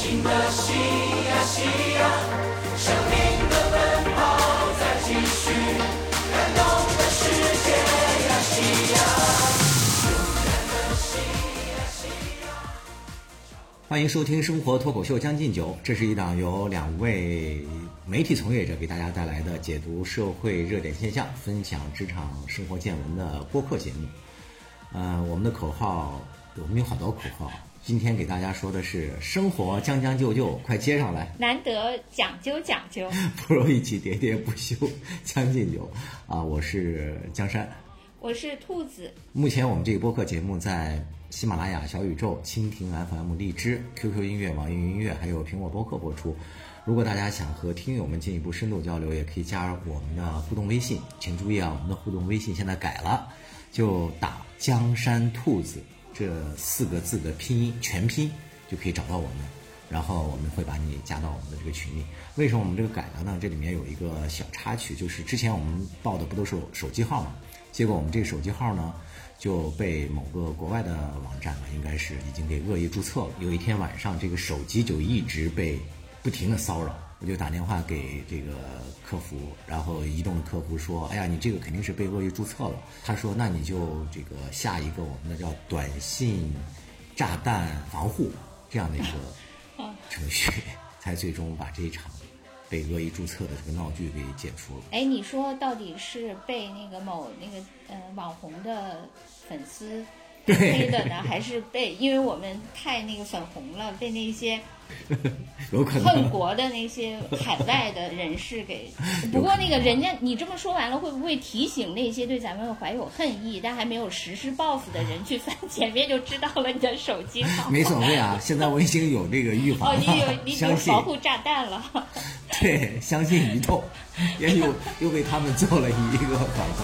新的夕呀夕呀，生命的奔跑在继续，感动的世界呀夕呀，勇敢的夕呀夕呀。 欢迎收听生活脱口秀将进酒，这是一档由两位媒体从业者给大家带来的解读社会热点现象、分享职场生活见闻的播客节目。我们的口号，我们有好多口号。今天给大家说的是生活将将就就，快接上来。 难得讲究讲究， 不如一起喋喋不休，将进酒啊！我是江山， 我是兔子。 目前我们这个播客节目在喜马拉雅、小宇宙、蜻蜓 FM、荔枝、QQ 音乐、网易云音乐，还有苹果播客播出。如果大家想和听友们进一步深度交流，也可以加入我们的互动微信。请注意啊，我们的互动微信现在改了，就打江山兔子这4个字的拼音全拼就可以找到我们，然后我们会把你加到我们的这个群里。为什么我们这个改了呢？这里面有一个小插曲，就是之前我们报的不都是手机号吗？结果我们这个手机号呢就被某个国外的网站应该是已经给恶意注册了。有一天晚上，这个手机就一直被不停的骚扰，我就打电话给这个客服，然后移动的客服说，哎呀，你这个肯定是被恶意注册了。他说，那你就这个下一个我们的叫短信炸弹防护这样的一个程序，才最终把这一场被恶意注册的这个闹剧给解除了。 哎，你说到底是被那个某那个网红的粉丝黑的呢，还是被因为我们太那个粉红了，被那些有可能恨国的那些海外的人士给？不过那个人家你这么说完了，会不会提醒那些对咱们怀有恨意但还没有实施报复的人去翻前面就知道了你的手机号？ 没所谓啊，现在我已经有这个预防了， 你有防护炸弹了。 对，相信移动也又为他们做了一个广告。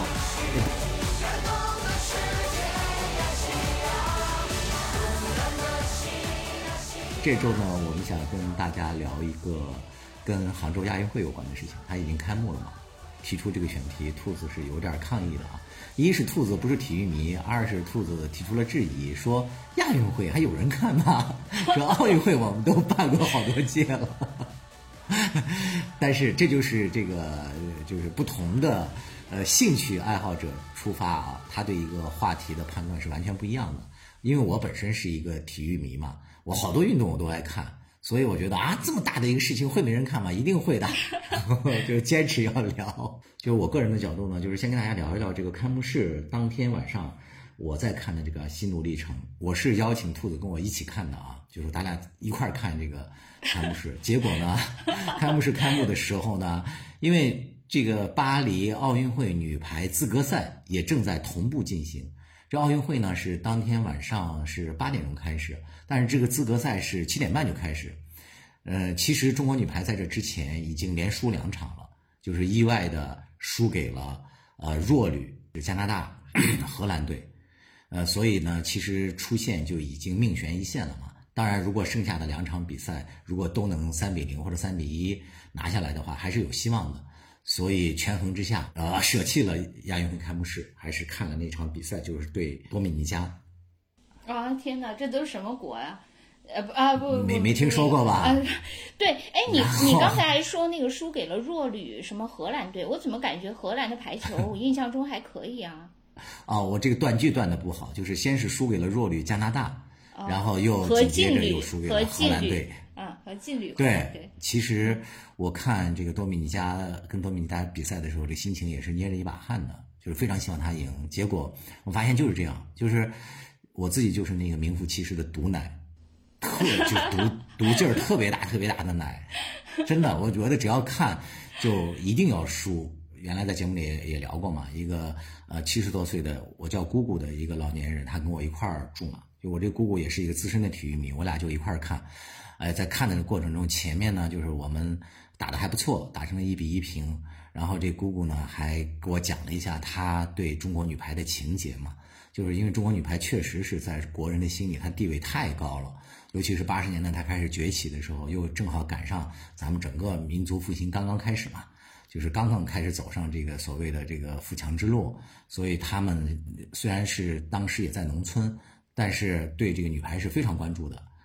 这周呢，我们想跟大家聊一个跟杭州亚运会有关的事情，它已经开幕了嘛。提出这个选题，兔子是有点抗议的啊。一是兔子不是体育迷，二是兔子提出了质疑，说亚运会还有人看吗？说奥运会我们都办过好多届了。但是这就是这个就是不同的兴趣爱好者出发啊，他对一个话题的判断是完全不一样的。因为我本身是一个体育迷嘛，我好多运动我都爱看，所以我觉得啊，这么大的一个事情会没人看吗？一定会的，就坚持要聊。就我个人的角度呢，就是先跟大家聊一聊这个开幕式当天晚上我在看的这个心路历程。我是邀请兔子跟我一起看的啊，就是大家一块看这个开幕式。结果呢，开幕式开幕的时候呢，因为这个巴黎奥运会女排资格赛也正在同步进行。这奥运会呢是当天晚上是8点钟开始，但是这个资格赛是7点半就开始。其实中国女排在这之前已经连输2场了，就是意外的输给了弱旅加拿大、荷兰队。所以呢，其实出线就已经命悬一线了嘛。当然，如果剩下的2场比赛如果都能3-0或者3-1拿下来的话，还是有希望的。所以权衡之下，舍弃了亚运会开幕式，还是看了那场比赛，就是对多米尼加。 啊，天哪，这都是什么国呀？ 没听说过吧？ 对，哎，你刚才还说那个输给了弱旅什么荷兰队，我怎么感觉荷兰的排球我印象中还可以啊？ 我这个断句断的不好，就是先是输给了弱旅加拿大，然后又紧接着又输给了荷兰队。 和劲旅。 对，其实我看这个多米尼加比赛的时候，这心情也是捏着一把汗的，就是非常希望他赢。结果我发现就是这样，就是我自己就是那个名副其实的毒奶，毒劲儿特别大的奶，真的，我觉得只要看就一定要输。原来在节目里也聊过嘛，一个70多岁的我叫姑姑的一个老年人，他跟我一块儿住嘛，就我这姑姑也是一个资深的体育迷，我俩就一块儿看。在看的过程中，前面呢就是我们打得还不错，打成了1-1平，然后这姑姑呢还给我讲了一下她对中国女排的情结嘛，就是因为中国女排确实是在国人的心里她地位太高了，尤其是80年代她开始崛起的时候，又正好赶上咱们整个民族复兴刚刚开始嘛，就是刚刚开始走上这个所谓的这个富强之路，所以他们虽然是当时也在农村，但是对这个女排是非常关注的。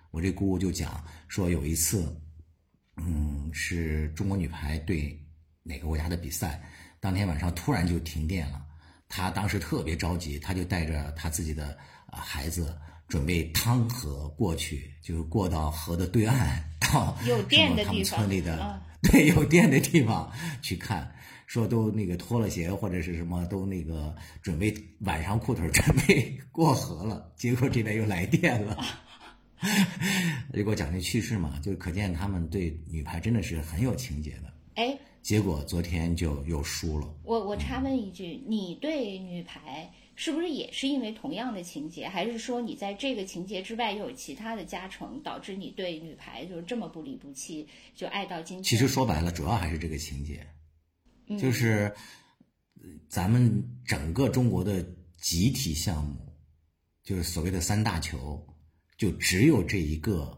我这姑姑就讲说有一次，是中国女排对哪个国家的比赛，当天晚上突然就停电了，她当时特别着急，她就带着她自己的孩子准备趟河过去，就是过到河的对岸，到有电的他们地方， 村里的对有电的地方去看。说都那个脱了鞋或者是什么都那个准备挽上裤腿准备过河了，结果这边又来电了。就给我讲这趣事嘛，就可见他们对女排真的是很有情节的。 哎， 结果昨天就又输了。 我插问一句，你对女排是不是也是因为同样的情节，还是说你在这个情节之外又有其他的加成，导致你对女排就是这么不离不弃，就爱到今天？ 其实说白了，主要还是这个情节。就是咱们整个中国的集体项目，就是所谓的三大球，就只有这一个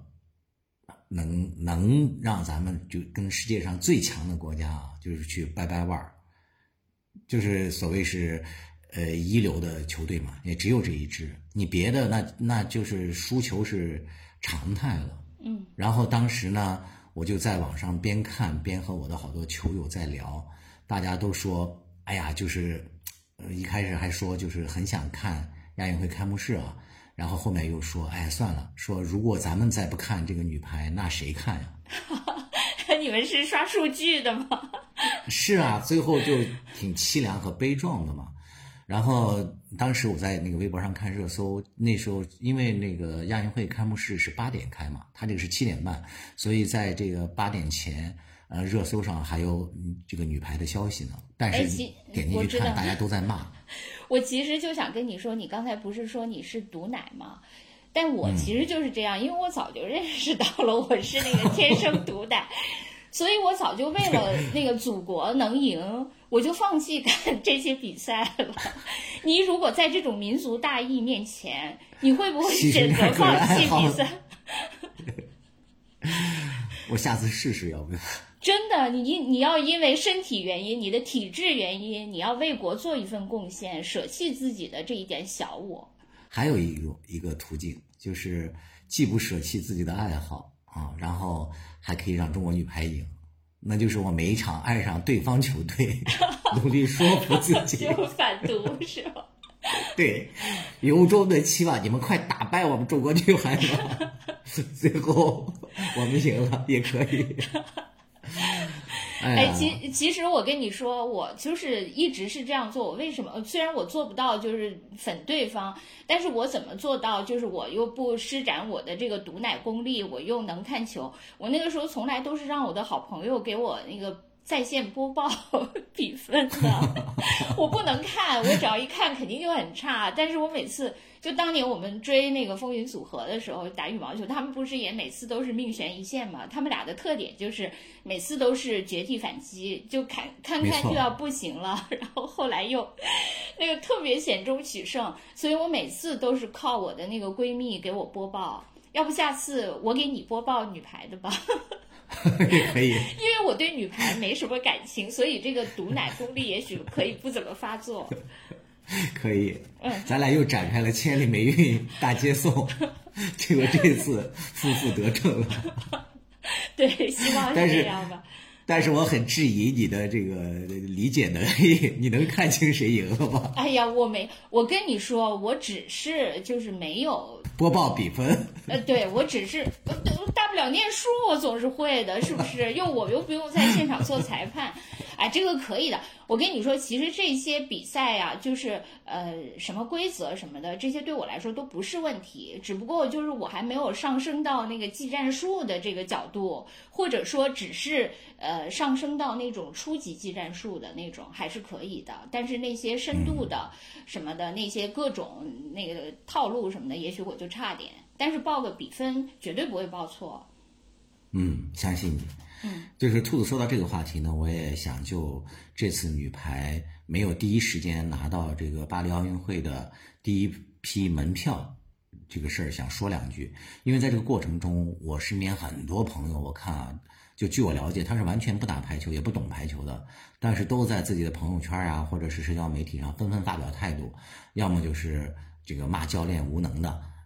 能让咱们就跟世界上最强的国家啊，就是去掰腕儿，就是所谓是一流的球队嘛，也只有这一支，你别的那就是输球是常态了。然后当时呢，我就在网上边看边和我的好多球友在聊。大家都说，哎呀，就是一开始还说就是很想看亚运会开幕式啊，然后后面又说，哎，算了，说如果咱们再不看这个女排，那谁看呀？ 你们是刷数据的吗？ 是啊，最后就挺凄凉和悲壮的嘛。然后当时我在那个微博上看热搜，那时候因为那个亚运会开幕式是8点开嘛，它这个是7点半，所以在这个8点前。热搜上还有这个女排的消息呢，但是点进去看，大家都在骂。 我其实就想跟你说，你刚才不是说你是毒奶吗？但我其实就是这样，因为我早就认识到了我是那个天生毒奶，所以我早就为了那个祖国能赢，我就放弃看这些比赛了。你如果在这种民族大义面前，你会不会选择放弃比赛？ 我下次试试，要不要？ 真的，你要因为身体原因、你的体质原因，你要为国做一份贡献，舍弃自己的这一点小我。 还有一个途径，就是既不舍弃自己的爱好啊，然后还可以让中国女排赢，那就是我每一场爱上对方球队，努力说服自己， 就反毒是吧？ 对，由衷的期望你们快打败我们中国女排吧，最后我们赢了也可以。 其实我跟你说，我就是一直是这样做。我为什么？虽然我做不到就是粉对方，但是我怎么做到？就是我又不施展我的这个毒奶功力，我又能看球。我那个时候从来都是让我的好朋友给我那个在线播报比分的，我不能看，我只要一看肯定就很差。但是我每次就当年我们追那个风云组合的时候打羽毛球，他们不是也每次都是命悬一线嘛？他们俩的特点就是每次都是绝地反击，就看就要不行了，然后后来又那个特别险中取胜，所以我每次都是靠我的那个闺蜜给我播报。要不下次我给你播报女排的吧？ 也可以，因为我对女排没什么感情，所以这个毒奶功力也许可以不怎么发作。 可以，咱俩又展开了千里美运大接送，结果这次负得正了。 对，希望是这样吧。 但是我很质疑你的这个理解能力，你能看清谁赢了吗？ 哎呀，我跟你说，我只是就是没有播报比分。 对，我只是大不了念书，我总是会的，是不是？我又不用在现场做裁判，哎，这个可以的。我跟你说，其实这些比赛呀，就是什么规则什么的，这些对我来说都不是问题，只不过就是我还没有上升到那个技战术的这个角度，或者说只是上升到那种初级技战术的那种还是可以的，但是那些深度的什么的那些各种那个套路什么的，也许我就差点，但是报个比分绝对不会报错。 相信你。就是兔子说到这个话题呢，我也想就这次女排没有第一时间拿到这个巴黎奥运会的第一批门票这个事儿想说两句。因为在这个过程中，我身边很多朋友，我看啊，就据我了解，他是完全不打排球也不懂排球的，但是都在自己的朋友圈啊或者是社交媒体上纷纷发表态度，要么就是这个骂教练无能的，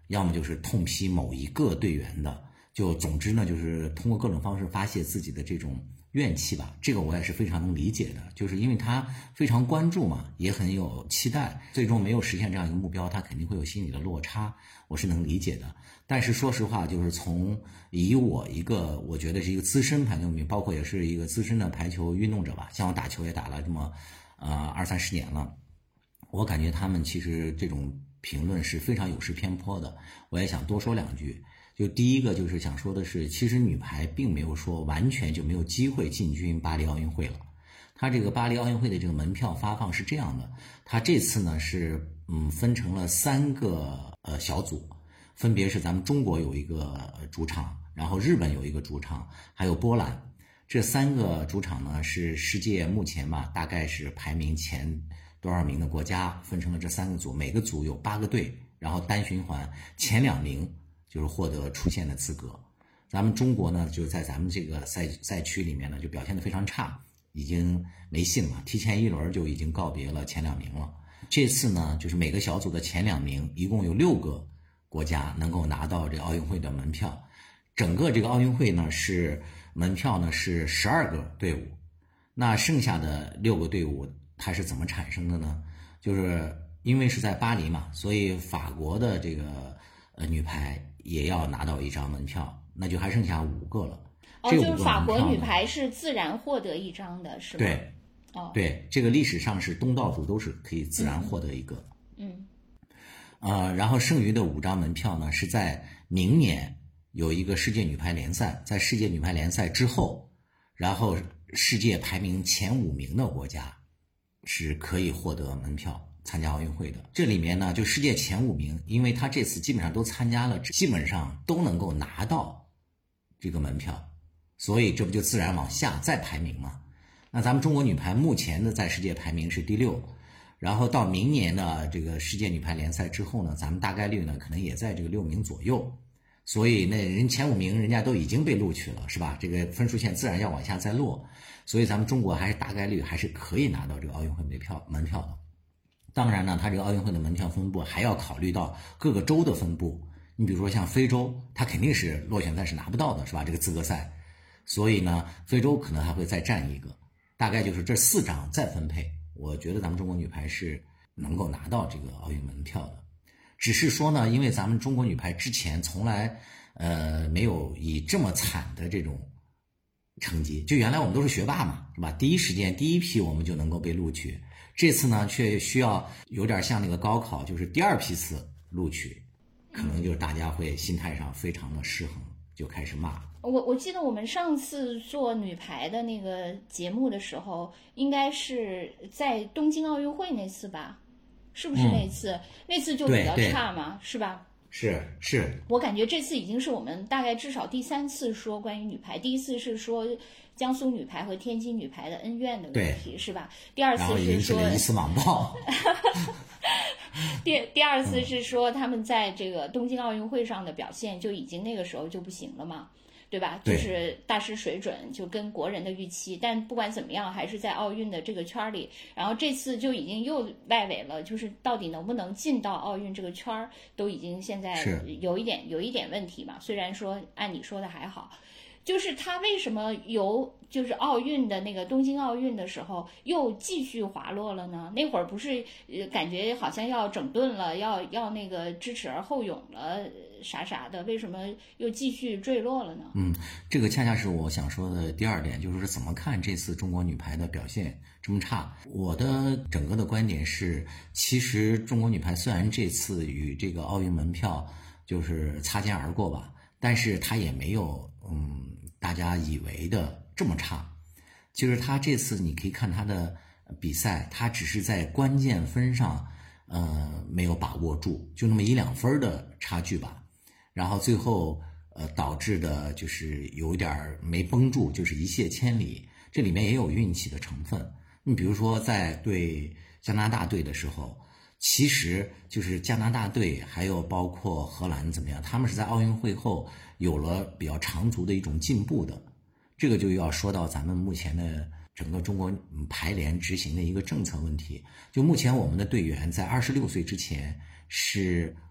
要么就是痛批某一个队员的，就总之呢，就是通过各种方式发泄自己的这种怨气吧。这个我也是非常能理解的，就是因为他非常关注嘛，也很有期待，最终没有实现这样一个目标，他肯定会有心理的落差，我是能理解的。但是说实话，就是以我一个我觉得是一个资深排球迷，包括也是一个资深的排球运动者吧，像我打球也打了这么20-30年了，我感觉他们其实这种评论是非常有失偏颇的。我也想多说两句。就第一个就是想说的是，其实女排并没有说完全就没有机会进军巴黎奥运会了。它这个巴黎奥运会的这个门票发放是这样的，它这次呢是分成了3个小组，分别是咱们中国有一个主场，然后日本有一个主场，还有波兰。这3个主场呢是世界目前吧大概是排名前多少名的国家，分成了这3个组，每个组有8个队，然后单循环前2名就是获得出线的资格。咱们中国呢就在咱们这个赛区里面呢就表现得非常差，已经没戏了，提前1轮就已经告别了前2名了。这次呢就是每个小组的前2名，一共有6个国家能够拿到这个奥运会的门票。整个这个奥运会呢门票呢是12个队伍，那剩下的6个队伍它是怎么产生的呢？就是因为是在巴黎嘛，所以法国的这个女排也要拿到1张门票，那就还剩下5个了。 就是法国女排是自然获得1张的，是吧？ 对，对，这个历史上是东道主都是可以自然获得1个。然后剩余的5张门票呢，是在明年有一个世界女排联赛，在世界女排联赛之后，然后世界排名前5名的国家是可以获得门票参加奥运会的。这里面呢，就世界前5名，因为他这次基本上都参加了，基本上都能够拿到这个门票，所以这不就自然往下再排名嘛。那咱们中国女排目前的在世界排名是第6，然后到明年的这个世界女排联赛之后呢，咱们大概率呢可能也在这个6名左右，所以那人前5名人家都已经被录取了，是吧？这个分数线自然要往下再落，所以咱们中国还是大概率还是可以拿到这个奥运会门票的。当然呢，它这个奥运会的门票分布还要考虑到各个州的分布。你比如说像非洲，它肯定是落选赛是拿不到的，是吧？这个资格赛，所以呢，非洲可能还会再占1个，大概就是这4张再分配。我觉得咱们中国女排是能够拿到这个奥运门票的。只是说呢，因为咱们中国女排之前从来没有以这么惨的这种成绩，就原来我们都是学霸嘛，是吧？第一时间第一批我们就能够被录取，这次呢却需要有点像那个高考，就是第2批次录取，可能就是大家会心态上非常的失衡，就开始骂。 我记得我们上次做女排的那个节目的时候，应该是在东京奥运会那次吧？是不是那次？那次就比较差嘛，是吧？ 是。 我感觉这次已经是我们大概至少第3次说关于女排，第一次是说江苏女排和天津女排的恩怨的问题，是吧？第2次是说引起网暴。 第2次是说他们在这个东京奥运会上的表现就已经那个时候就不行了嘛，对吧？就是大失水准，就跟国人的预期。但不管怎么样，还是在奥运的这个圈里。然后这次就已经又外围了，就是到底能不能进到奥运这个圈，都已经现在有一点问题嘛。虽然说按你说的还好。就是他为什么就是奥运的那个东京奥运的时候又继续滑落了呢？那会儿不是感觉好像要整顿了，要那个知耻而后勇了，啥的，为什么又继续坠落了呢？ 这个恰恰是我想说的第2点，就是怎么看这次中国女排的表现这么差。我的整个的观点是，其实中国女排虽然这次与这个奥运门票就是擦肩而过吧，但是它也没有大家以为的这么差。就是他这次你可以看他的比赛，他只是在关键分上没有把握住，就那么1-2分的差距吧，然后最后导致的就是有点没绷住，就是一泻千里。这里面也有运气的成分。你比如说在对加拿大队的时候，其实就是加拿大队还有包括荷兰怎么样，他们是在奥运会后有了比较长足的一种进步的。这个就要说到咱们目前的整个中国排联执行的一个政策问题。就目前我们的队员在26岁之前是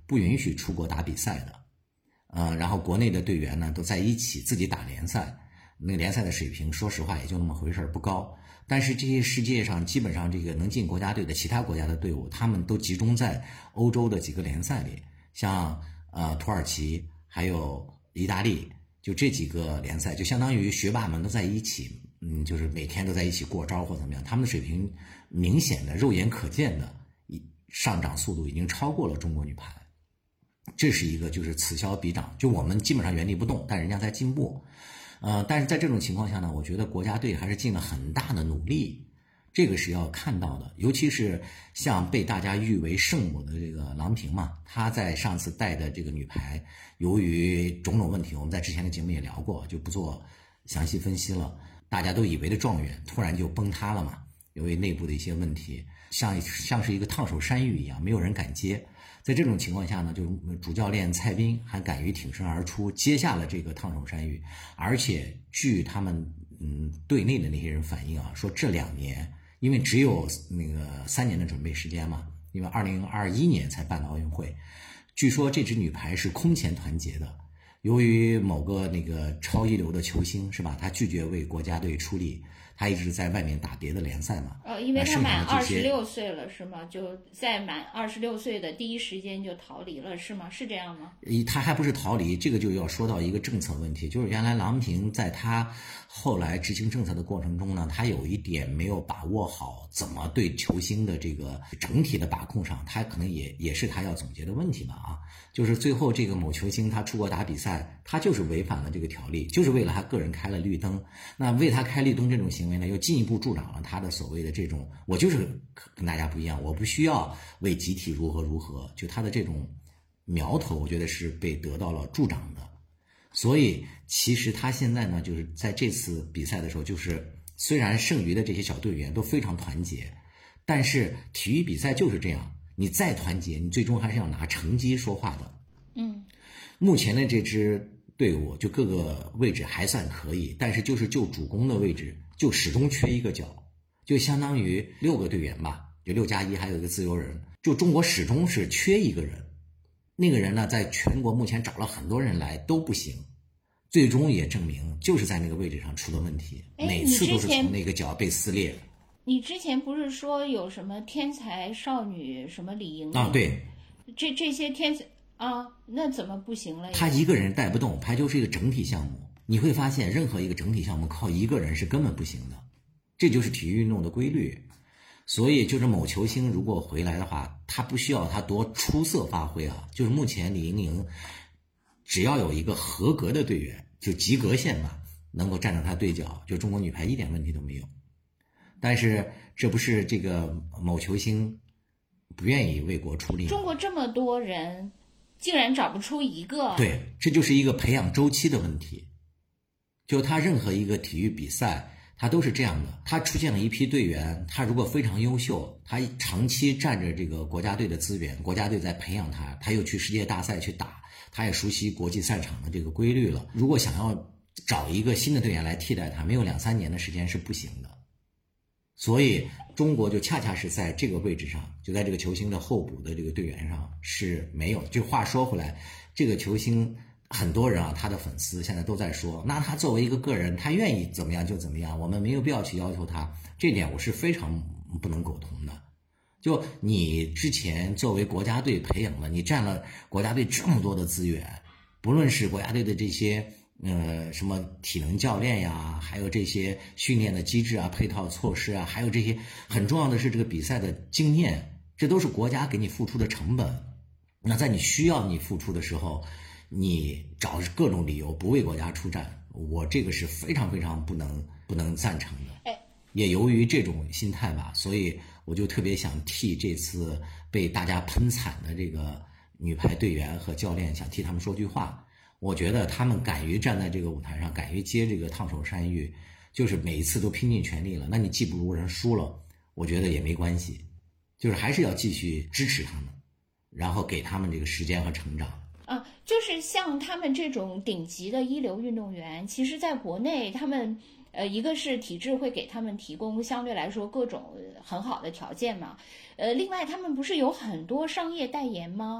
不允许出国打比赛的，然后国内的队员呢都在一起自己打联赛，那个联赛的水平说实话也就那么回事，不高。但是这些世界上基本上这个能进国家队的其他国家的队伍，他们都集中在欧洲的几个联赛里，像土耳其还有意大利，就这几个联赛就相当于学霸们都在一起，就是每天都在一起过招或怎么样，他们的水平明显的肉眼可见的上涨速度已经超过了中国女排。这是一个就是此消彼长，就我们基本上原地不动，但人家在进步。但是在这种情况下呢，我觉得国家队还是尽了很大的努力，这个是要看到的。尤其是像被大家誉为圣母的这个郎平嘛，她在上次带的这个女排，由于种种问题，我们在之前的节目也聊过，就不做详细分析了。大家都以为的状元突然就崩塌了嘛，由于内部的一些问题，像是一个烫手山芋一样，没有人敢接。在这种情况下呢，就主教练蔡斌还敢于挺身而出，接下了这个烫手山芋。而且据他们队内的那些人反映啊，说这2年因为只有那个3年的准备时间嘛，因为2021年才办的奥运会，据说这支女排是空前团结的。由于某个那个超一流的球星是吧，他拒绝为国家队出力，他一直在外面打别的联赛嘛。 因为他满26岁了是吗？就在满26岁的第一时间就逃离了是吗？是这样吗？ 他还不是逃离，这个就要说到一个政策问题，就是原来郎平在他后来执行政策的过程中呢，他有一点没有把握好怎么对球星的这个整体的把控上，他可能也是他要总结的问题吧啊。就是最后这个某球星他出国打比赛，他就是违反了这个条例，就是为了他个人开了绿灯。那为他开绿灯这种行为呢，又进一步助长了他的所谓的这种我就是跟大家不一样，我不需要为集体如何如何，就他的这种苗头我觉得是被得到了助长的。所以其实他现在呢，就是在这次比赛的时候，就是虽然剩余的这些小队员都非常团结，但是体育比赛就是这样，你再团结，你最终还是要拿成绩说话的。目前的这支队伍就各个位置还算可以，但是就主攻的位置就始终缺一个角，就相当于6个队员吧，就6+1还有一个自由人，就中国始终是缺一个人。那个人呢，在全国目前找了很多人来都不行，最终也证明就是在那个位置上出了问题，每次都是从那个角被撕裂。 你之前不是说有什么天才少女什么李盈啊？对， 这些天才啊，那怎么不行了？ 他一个人带不动，排球是一个整体项目，你会发现任何一个整体项目靠一个人是根本不行的，这就是体育运动的规律。所以就是某球星如果回来的话，他不需要他多出色发挥啊，就是目前李盈莹只要有一个合格的队员，就及格线吧，能够站到他对角，就中国女排一点问题都没有。但是这不是这个某球星不愿意为国出力， 中国这么多人竟然找不出一个。 对，这就是一个培养周期的问题。就他任何一个体育比赛他都是这样的，他出现了一批队员，他如果非常优秀，他长期占着这个国家队的资源，国家队在培养他，他又去世界大赛去打，他也熟悉国际赛场的这个规律了。如果想要找一个新的队员来替代他，没有2-3年的时间是不行的。所以中国就恰恰是在这个位置上，就在这个球星的候补的这个队员上是没有。就话说回来，这个球星很多人啊，他的粉丝现在都在说，那他作为一个个人，他愿意怎么样就怎么样，我们没有必要去要求他。这点我是非常不能苟同的。就你之前作为国家队培养了，你占了国家队这么多的资源，不论是国家队的这些什么体能教练呀，还有这些训练的机制啊、配套措施啊，还有这些很重要的是这个比赛的经验，这都是国家给你付出的成本。那在你需要你付出的时候，你找各种理由不为国家出战，我这个是非常非常不能赞成的。也由于这种心态吧，所以我就特别想替这次被大家喷惨的这个女排队员和教练，想替他们说句话。我觉得他们敢于站在这个舞台上，敢于接这个烫手山芋，就是每一次都拼尽全力了。那你技不如人输了，我觉得也没关系，就是还是要继续支持他们，然后给他们这个时间和成长。 就是像他们这种顶级的一流运动员，其实在国内他们一个是体制会给他们提供相对来说各种很好的条件嘛，另外他们不是有很多商业代言吗？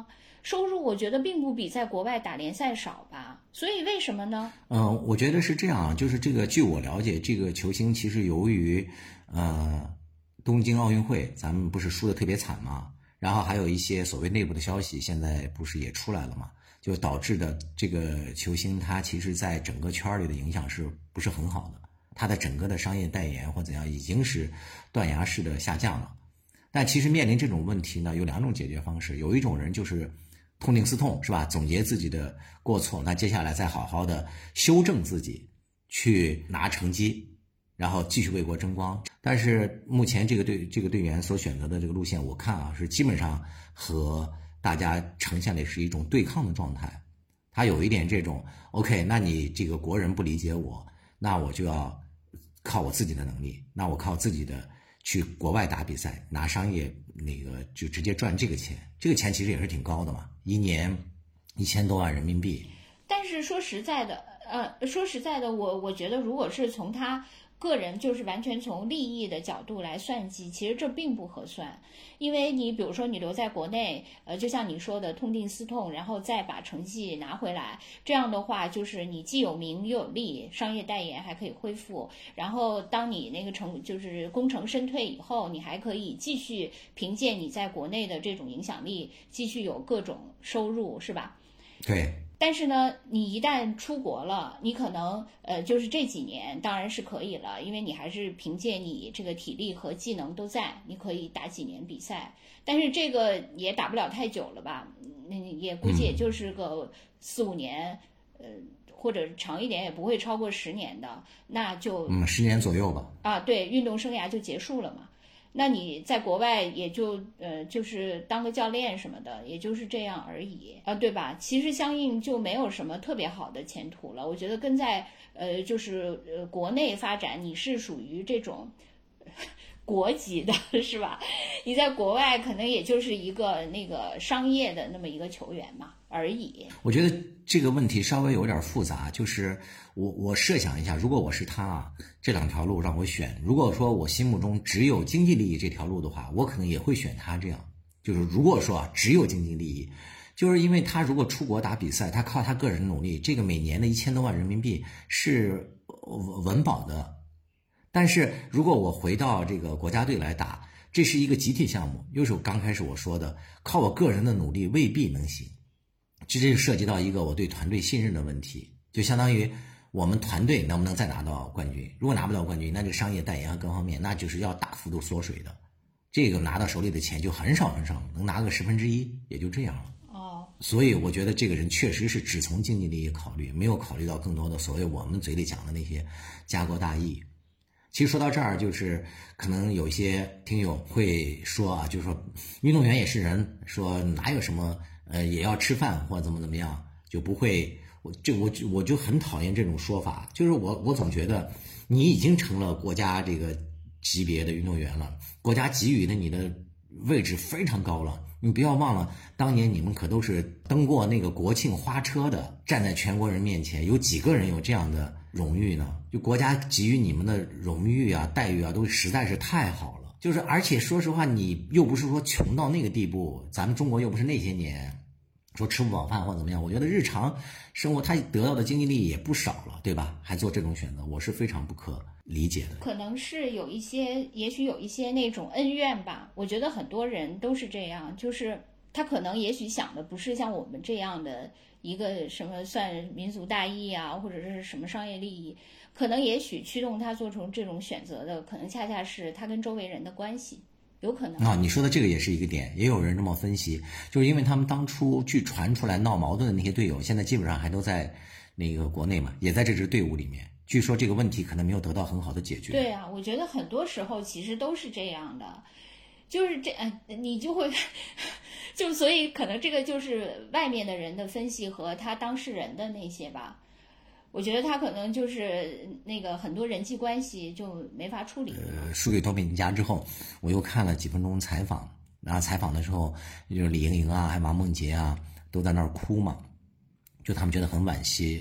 收入我觉得并不比在国外打联赛少吧？所以为什么呢？ 我觉得是这样，就是这个，据我了解，这个球星其实由于东京奥运会咱们不是输得特别惨嘛，然后还有一些所谓内部的消息，现在不是也出来了嘛，就导致的这个球星他其实在整个圈里的影响是不是很好的？他的整个的商业代言或怎样已经是断崖式的下降了。但其实面临这种问题呢，有2种解决方式。有一种人就是痛定思痛，是吧？总结自己的过错，那接下来再好好的修正自己，去拿成绩，然后继续为国争光。但是目前这个队员所选择的这个路线，我看啊是基本上和大家呈现的是一种对抗的状态。他有一点这种 OK， 那你这个国人不理解我，那我就要靠我自己的能力，那我靠自己的去国外打比赛，拿商业那个就直接赚这个钱，这个钱其实也是挺高的嘛，1年1000多万人民币。 但是说实在的，我觉得如果是从他个人就是完全从利益的角度来算计，其实这并不合算。因为你比如说你留在国内，就像你说的痛定思痛，然后再把成绩拿回来，这样的话就是你既有名又有利，商业代言还可以恢复，然后当你那个就是功成身退以后，你还可以继续凭借你在国内的这种影响力继续有各种收入，是吧？ 对。 但是呢，你一旦出国了，你可能就是这几年当然是可以了，因为你还是凭借你这个体力和技能都在，你可以打几年比赛。但是这个也打不了太久了吧？也估计也就是个4、5年，或者长一点也不会超过10年的，那就 10年左右吧。 啊，对，运动生涯就结束了嘛。那你在国外也就就是当个教练什么的，也就是这样而已啊，对吧？其实相应就没有什么特别好的前途了。我觉得跟在就是国内发展，你是属于这种国籍的，是吧？你在国外可能也就是一个那个商业的那么一个球员嘛而已。 我觉得这个问题稍微有点复杂，就是我设想一下，如果我是他啊，这2条路让我选，如果说我心目中只有经济利益这条路的话，我可能也会选他这样。就是如果说只有经济利益，就是因为他如果出国打比赛，他靠他个人努力，这个每年的1000多万人民币是稳保的。但是如果我回到这个国家队来打，这是一个集体项目，又是刚开始我说的，靠我个人的努力未必能行。这就涉及到一个我对团队信任的问题，就相当于我们团队能不能再拿到冠军。如果拿不到冠军，那这个商业代言和各方面那就是要大幅度缩水的，这个拿到手里的钱就很少很少，能拿个1/10也就这样了。所以我觉得这个人确实是只从经济利益考虑，没有考虑到更多的所谓我们嘴里讲的那些家国大义。其实说到这儿，就是可能有些听友会说啊，就是说运动员也是人，说哪有什么也要吃饭或者怎么样，就不会我就很讨厌这种说法。就是我总觉得你已经成了国家这个级别的运动员了，国家给予的你的位置非常高了，你不要忘了当年你们可都是登过那个国庆花车的，站在全国人面前，有几个人有这样的荣誉呢？就国家给予你们的荣誉啊待遇啊都实在是太好了。就是而且说实话，你又不是说穷到那个地步，咱们中国又不是那些年说吃不饱饭或怎么样，我觉得日常生活他得到的经济利益也不少了，对吧？还做这种选择，我是非常不可理解的。 可能是有一些，也许有一些那种恩怨吧。我觉得很多人都是这样，就是他可能也许想的不是像我们这样的一个什么算民族大义啊，或者是什么商业利益，可能也许驱动他做出这种选择的，可能恰恰是他跟周围人的关系。有可能啊，你说的这个也是一个点，也有人这么分析，就是因为他们当初据传出来闹矛盾的那些队友，现在基本上还都在那个国内嘛，也在这支队伍里面。据说这个问题可能没有得到很好的解决。 对啊，我觉得很多时候其实都是这样的，就是你就会就所以可能这个就是外面的人的分析和他当事人的那些吧。我觉得他可能就是那个很多人际关系就没法处理。 输给多米尼加之后，我又看了几分钟采访，然后采访的时候，就是李盈莹啊，还有王梦洁啊，都在那儿哭嘛，就他们觉得很惋惜，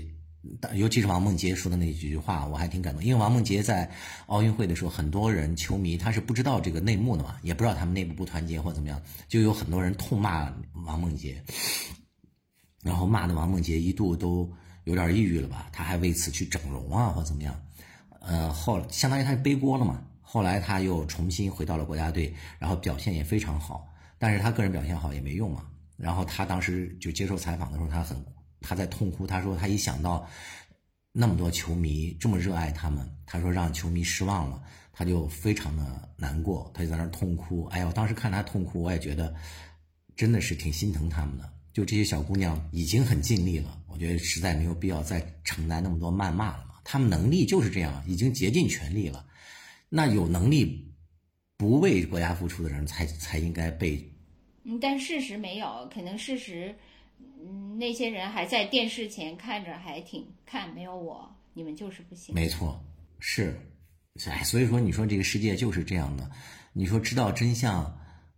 尤其是王梦洁说的那几句话，我还挺感动。因为王梦洁在奥运会的时候，很多人球迷他是不知道这个内幕的嘛，也不知道他们内部不团结或怎么样，就有很多人痛骂王梦洁，然后骂的王梦洁一度都有点抑郁了吧，他还为此去整容啊或怎么样。相当于他背锅了嘛。后来他又重新回到了国家队，然后表现也非常好，但是他个人表现好也没用嘛。然后他当时就接受采访的时候，他在痛哭，他说他一想到那么多球迷这么热爱他们，他说让球迷失望了，他就非常的难过，他就在那儿痛哭。哎呀，我当时看他痛哭，我也觉得真的是挺心疼他们的。就这些小姑娘已经很尽力了，我觉得实在没有必要再承担那么多谩骂了嘛。他们能力就是这样，已经竭尽全力了。那有能力不为国家付出的人才应该被。 但事实没有，可能事实，那些人还在电视前看着还挺看，没有我，你们就是不行。 没错，是，所以说你说这个世界就是这样的，你说知道真相，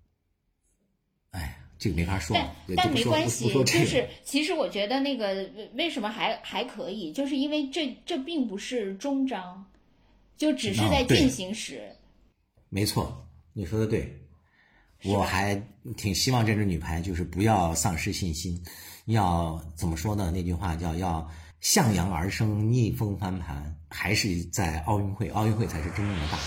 这个没法说。 但没关系，就是其实我觉得那个为什么还可以，就是因为这并不是终章。就只是在进行时。 没错，你说的对。我还挺希望这支女排就是不要丧失信心，要怎么说呢？那句话叫要向阳而生，逆风翻盘，还是在奥运会才是真正的大。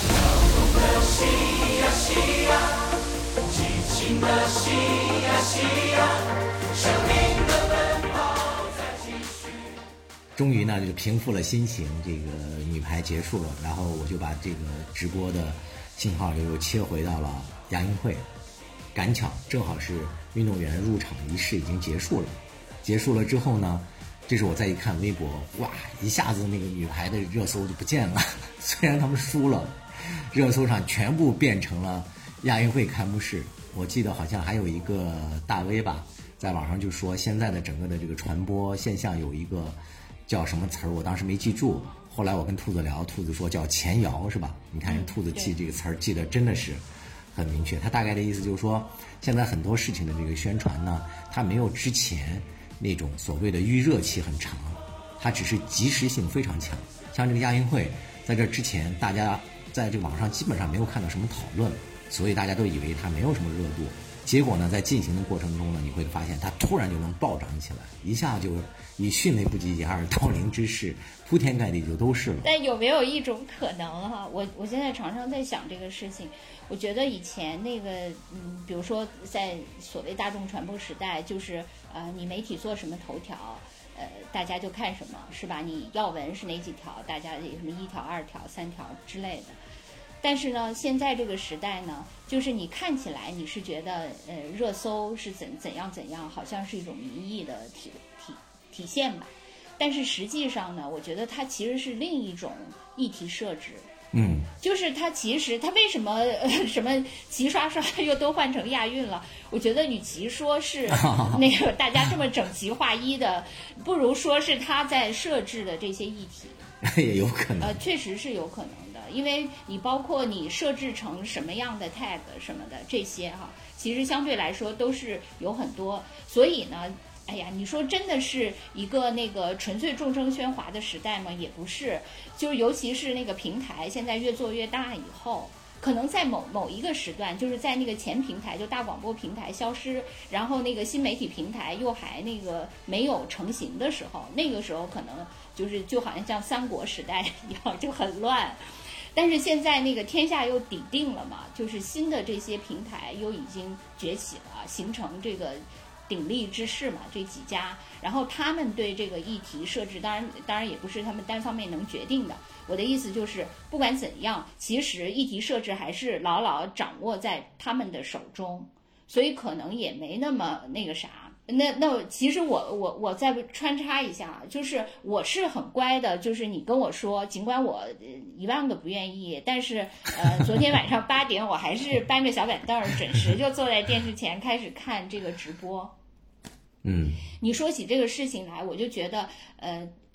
终于呢，就平复了心情，这个女排结束了，然后我就把这个直播的信号又切回到了亚运会。赶巧正好是运动员入场仪式已经结束了，结束了之后呢，这是我再一看微博，哇，一下子那个女排的热搜就不见了。虽然他们输了，热搜上全部变成了亚运会开幕式。我记得好像还有一个大 V 吧，在网上就说现在的整个的这个传播现象有一个叫什么词儿，我当时没记住。后来我跟兔子聊，兔子说叫前摇，是吧？你看人兔子记这个词儿记得真的是很明确。他大概的意思就是说，现在很多事情的这个宣传呢，它没有之前那种所谓的预热期很长，它只是及时性非常强。像这个亚运会，在这之前，大家在这网上基本上没有看到什么讨论，所以大家都以为它没有什么热度。结果呢，在进行的过程中呢，你会发现它突然就能暴涨起来，一下就以迅雷不及掩耳盗铃之势，铺天盖地就都是了。 但有没有一种可能哈？我现在常常在想这个事情。我觉得以前那个比如说在所谓大众传播时代，就是你媒体做什么头条，大家就看什么，是吧？你要闻是哪几条，大家有什么1条、2条、3条之类的。但是呢，现在这个时代呢，就是你看起来你是觉得热搜是怎样，好像是一种民意的体现吧。但是实际上呢，我觉得它其实是另一种议题设置。就是它其实它为什么什么齐刷刷又都换成亚运了？我觉得与其说是那个大家这么整齐划一的，不如说是他在设置的这些议题。 也有可能， 确实是有可能的，因为你包括你设置成什么样的 tag 什么的这些哈，其实相对来说都是有很多，所以呢，哎呀，你说真的是一个那个纯粹众生喧哗的时代吗？也不是，就是尤其是那个平台现在越做越大以后。可能在某一个时段，就是在那个前平台，就大广播平台消失，然后那个新媒体平台又还那个没有成型的时候，那个时候可能就好像三国时代一样，就很乱。但是现在那个天下又底定了嘛，就是新的这些平台又已经崛起了，形成这个鼎立之势嘛，这几家，然后他们对这个议题设置，当然也不是他们单方面能决定的。我的意思就是，不管怎样，其实议题设置还是牢牢掌握在他们的手中，所以可能也没那么那个啥。那其实我再穿插一下，就是我是很乖的，就是你跟我说，尽管我10000个不愿意，但是昨天晚上8点我还是搬着小板凳准时就坐在电视前开始看这个直播。你说起这个事情来，我就觉得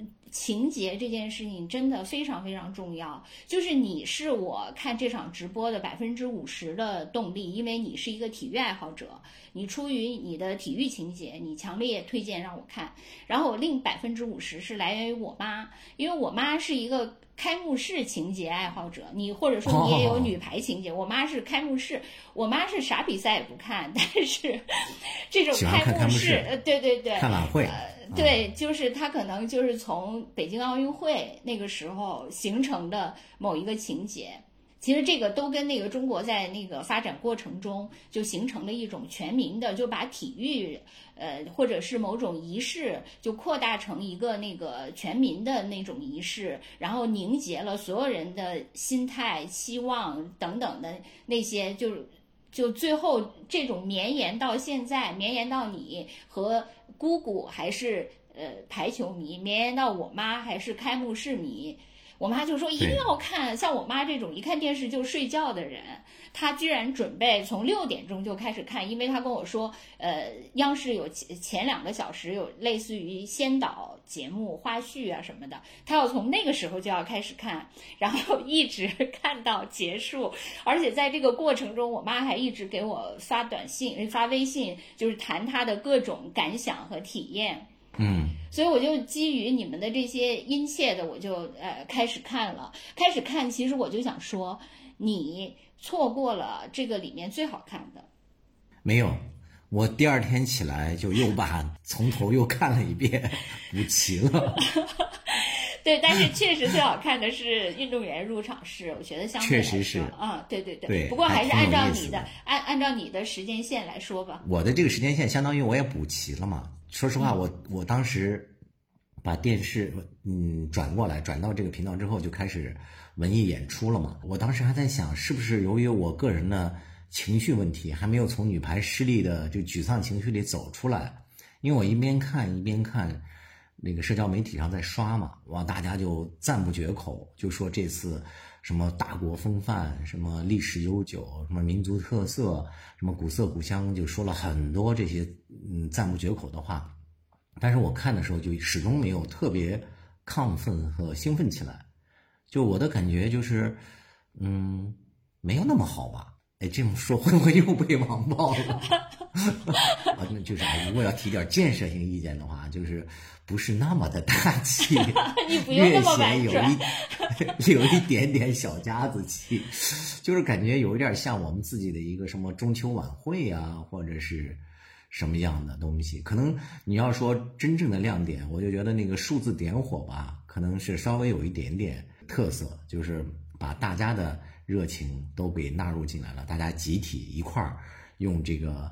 情节这件事情真的非常非常重要，就是你是我看这场直播的50%的动力，因为你是一个体育爱好者，你出于你的体育情节，你强烈推荐让我看。然后另50%是来源于我妈，因为我妈是一个开幕式情节爱好者，你或者说你也有女排情节，我妈是开幕式，我妈是啥比赛也不看，但是这种开幕式，对对对， 看晚会。 对，就是他可能就是从北京奥运会那个时候形成的某一个情节，其实这个都跟那个中国在那个发展过程中就形成了一种全民的，就把体育或者是某种仪式就扩大成一个那个全民的那种仪式，然后凝结了所有人的心态、期望等等的那些，就最后这种绵延到现在，绵延到你和姑姑还是排球迷，绵延到我妈还是开幕式迷。我妈就说一定要看，像我妈这种一看电视就睡觉的人，她居然准备从6点钟就开始看，因为她跟我说，央视有前2个小时有类似于先导节目、花絮啊什么的，她要从那个时候就要开始看，然后一直看到结束，而且在这个过程中，我妈还一直给我发短信、发微信，就是谈她的各种感想和体验。所以我就基于你们的这些殷切的，我就开始看了。开始看，其实我就想说，你错过了这个里面最好看的。 没有，我第2天起来就又把从头又看了一遍，补齐了。 对，但是确实最好看的是运动员入场式，我觉得相对来说， 确实是对对对。 对， 不过还是按照你的按照你的时间线来说吧。 我的这个时间线相当于我也补齐了嘛。说实话，我当时把电视转过来，转到这个频道之后，就开始文艺演出了嘛。我当时还在想，是不是由于我个人的情绪问题，还没有从女排失利的这个沮丧情绪里走出来。因为我一边看那个社交媒体上在刷嘛，哇，大家就赞不绝口，就说这次什么大国风范，什么历史悠久，什么民族特色，什么古色古香，就说了很多这些赞不绝口的话。但是我看的时候就始终没有特别亢奋和兴奋起来，就我的感觉就是没有那么好吧。哎，这么说会不会又被网暴了？那就是如果要提点建设性意见的话，就是不是那么的大气， 你不用那么婉转， 有一点点小家子气，就是感觉有一点像我们自己的一个什么中秋晚会啊，或者是什么样的东西。可能你要说真正的亮点，我就觉得那个数字点火吧，可能是稍微有一点点特色，就是把大家的热情都给纳入进来了，大家集体一块儿用这个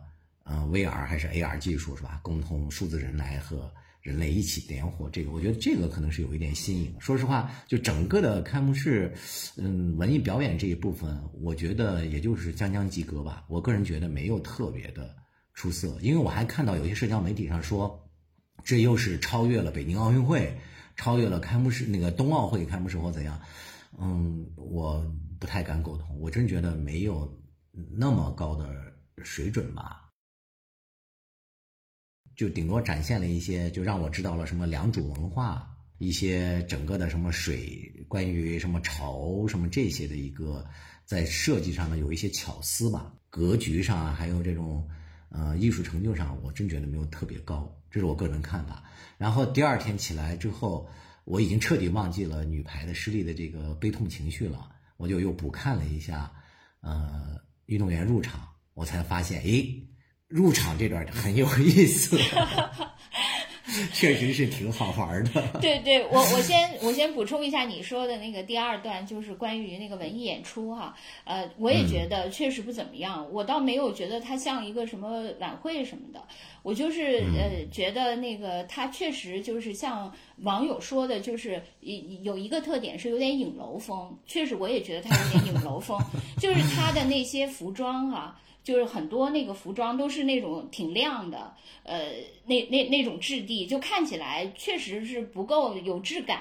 VR 还是 AR 技术是吧，共同数字人来和人类一起点火，这个我觉得这个可能是有一点新颖。说实话，就整个的开幕式文艺表演这一部分，我觉得也就是将将及格吧，我个人觉得没有特别的出色。因为我还看到有些社交媒体上说，这又是超越了北京奥运会，超越了开幕式那个冬奥会开幕式或怎样。我不太敢苟同，我真觉得没有那么高的水准吧，就顶多展现了一些，就让我知道了什么良渚文化，一些整个的什么水，关于什么潮什么这些的一个在设计上呢有一些巧思吧，格局上啊，还有这种艺术成就上，我真觉得没有特别高，这是我个人看法。然后第2天起来之后，我已经彻底忘记了女排的失利的这个悲痛情绪了，我就又补看了一下运动员入场，我才发现入场这段很有意思确实是挺好玩的。 对对，我先补充一下你说的那个第2段，就是关于那个文艺演出哈。我也觉得确实不怎么样，我倒没有觉得它像一个什么晚会什么的，我就是觉得那个它确实就是像网友说的，就是有一个特点是有点影楼风，确实我也觉得它有点影楼风，就是它的那些服装啊。就是很多那个服装都是那种挺亮的，那种质地，就看起来确实是不够有质感。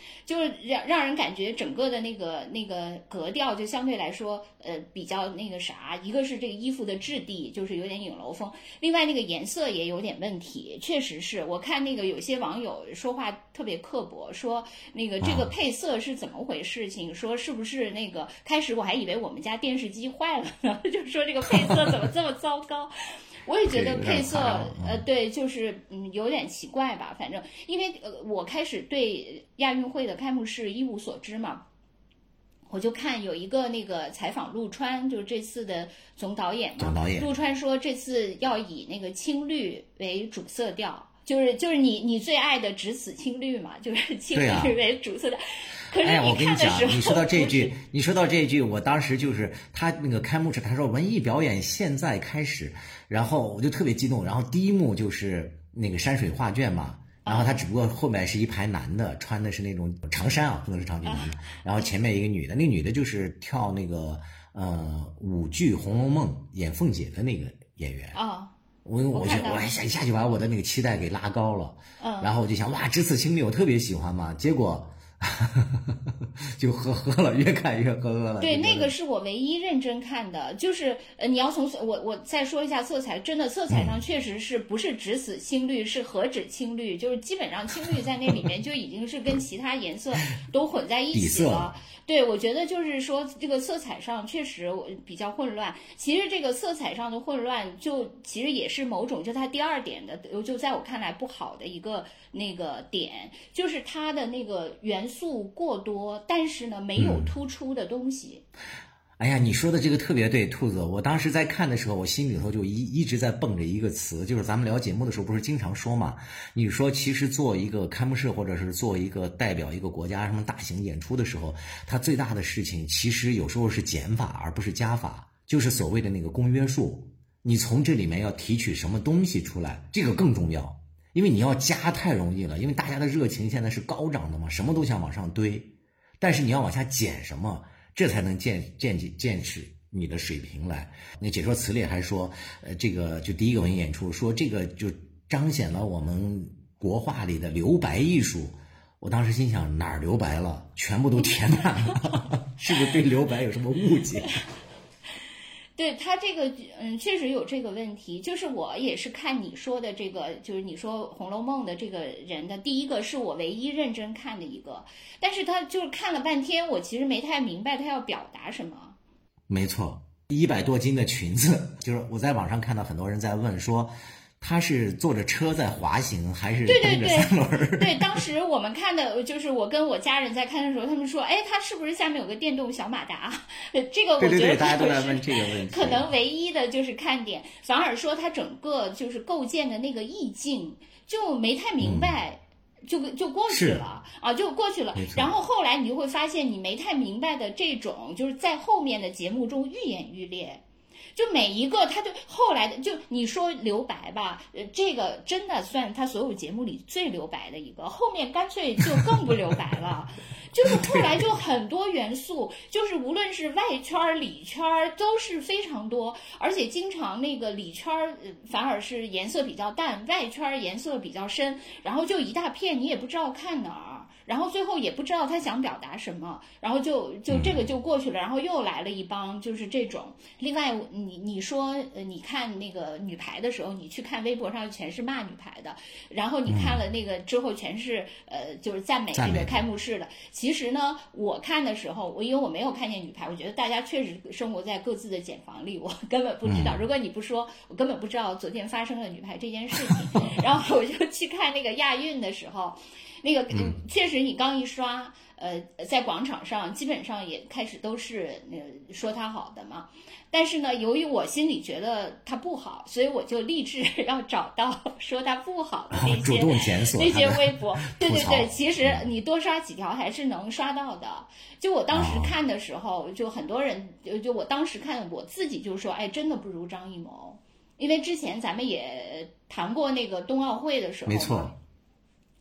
就是让人感觉整个的那个格调就相对来说比较那个啥，一个是这个衣服的质地就是有点影楼风，另外那个颜色也有点问题，确实是我看那个有些网友说话特别刻薄，说那个这个配色是怎么回事情，说是不是那个开始我还以为我们家电视机坏了呢，就说这个配色怎么这么糟糕。我也觉得配色，对，就是有点奇怪吧。反正因为我开始对亚运会的开幕式一无所知嘛，我就看有一个那个采访陆川，就是这次的总导演嘛。陆川说这次要以那个青绿为主色调，就是你最爱的只此青绿嘛，就是青绿为主色调。可是我跟你讲，你说到这句，我当时就是他那个开幕式，他说文艺表演现在开始，然后我就特别激动。然后第一幕就是那个山水画卷嘛，然后他只不过后面是一排男的，穿的是那种长衫啊，不能是长裙子，然后前面一个女的，那个女的就是跳那个舞剧《红楼梦》演凤姐的那个演员啊。我一下就把我的那个期待给拉高了，然后我就想哇，只此青绿我特别喜欢嘛，结果就喝了，越看越喝了。 对，那个是我唯一认真看的，就是你要从我再说一下色彩，真的色彩上确实是不是只此青绿，是何止青绿，就是基本上青绿在那里面就已经是跟其他颜色都混在一起了。对，我觉得就是说这个色彩上确实比较混乱。其实这个色彩上的混乱，就其实也是某种就它第二点的，就在我看来不好的一个那个点，就是它的那个元素过多，但是呢没有突出的东西。 哎呀，你说的这个特别对，兔子。我当时在看的时候，我心里头就一直在蹦着一个词，就是咱们聊节目的时候不是经常说嘛？你说其实做一个开幕式，或者是做一个代表一个国家什么大型演出的时候，它最大的事情其实有时候是减法而不是加法，就是所谓的那个公约数。你从这里面要提取什么东西出来，这个更重要。因为你要加太容易了，因为大家的热情现在是高涨的嘛，什么都想往上堆，但是你要往下减什么，这才能见识你的水平来。那解说词里还说，这个就第一个文艺演出，说这个就彰显了我们国画里的留白艺术。我当时心想，哪儿留白了？全部都填满了，是不是对留白有什么误解？ 对他这个，确实有这个问题。就是我也是看你说的这个，就是你说《红楼梦》的这个人的第一个是我唯一认真看的一个，但是他就是看了半天，我其实没太明白他要表达什么。 没错，100多斤的裙子，就是我在网上看到很多人在问说，他是坐着车在滑行，还是蹬着三轮？ 对，当时我们看的就是我跟我家人在看的时候，他们说，哎，他是不是下面有个电动小马达？这个我觉得大家都在问这个问题。 可能唯一的就是看点，反而说他整个就是构建的那个意境就没太明白。就过去了啊，就过去了。然后后来你就会发现，你没太明白的这种，就是在后面的节目中愈演愈烈。就每一个，他就后来的，就你说留白吧，这个真的算他所有节目里最留白的一个，后面干脆就更不留白了。就是后来就很多元素，就是无论是外圈里圈都是非常多，而且经常那个里圈反而是颜色比较淡，外圈颜色比较深，然后就一大片你也不知道看哪儿，然后最后也不知道他想表达什么，然后就这个就过去了，然后又来了一帮就是这种。另外你说你看那个女排的时候，你去看微博上全是骂女排的，然后你看了那个之后全是就是赞美这个开幕式的。其实呢，我看的时候，因为我没有看见女排，我觉得大家确实生活在各自的茧房里，我根本不知道。如果你不说，我根本不知道昨天发生了女排这件事情。然后我就去看那个亚运的时候，那个确实你刚一刷，在广场上基本上也开始都是说他好的嘛。但是呢，由于我心里觉得他不好，所以我就立志要找到说他不好的那些主动检索那些微博。对对对，其实你多刷几条还是能刷到的。就我当时看的时候，就很多人就我当时看我自己就说，哎，真的不如张艺谋。因为之前咱们也谈过那个冬奥会的时候， 没错。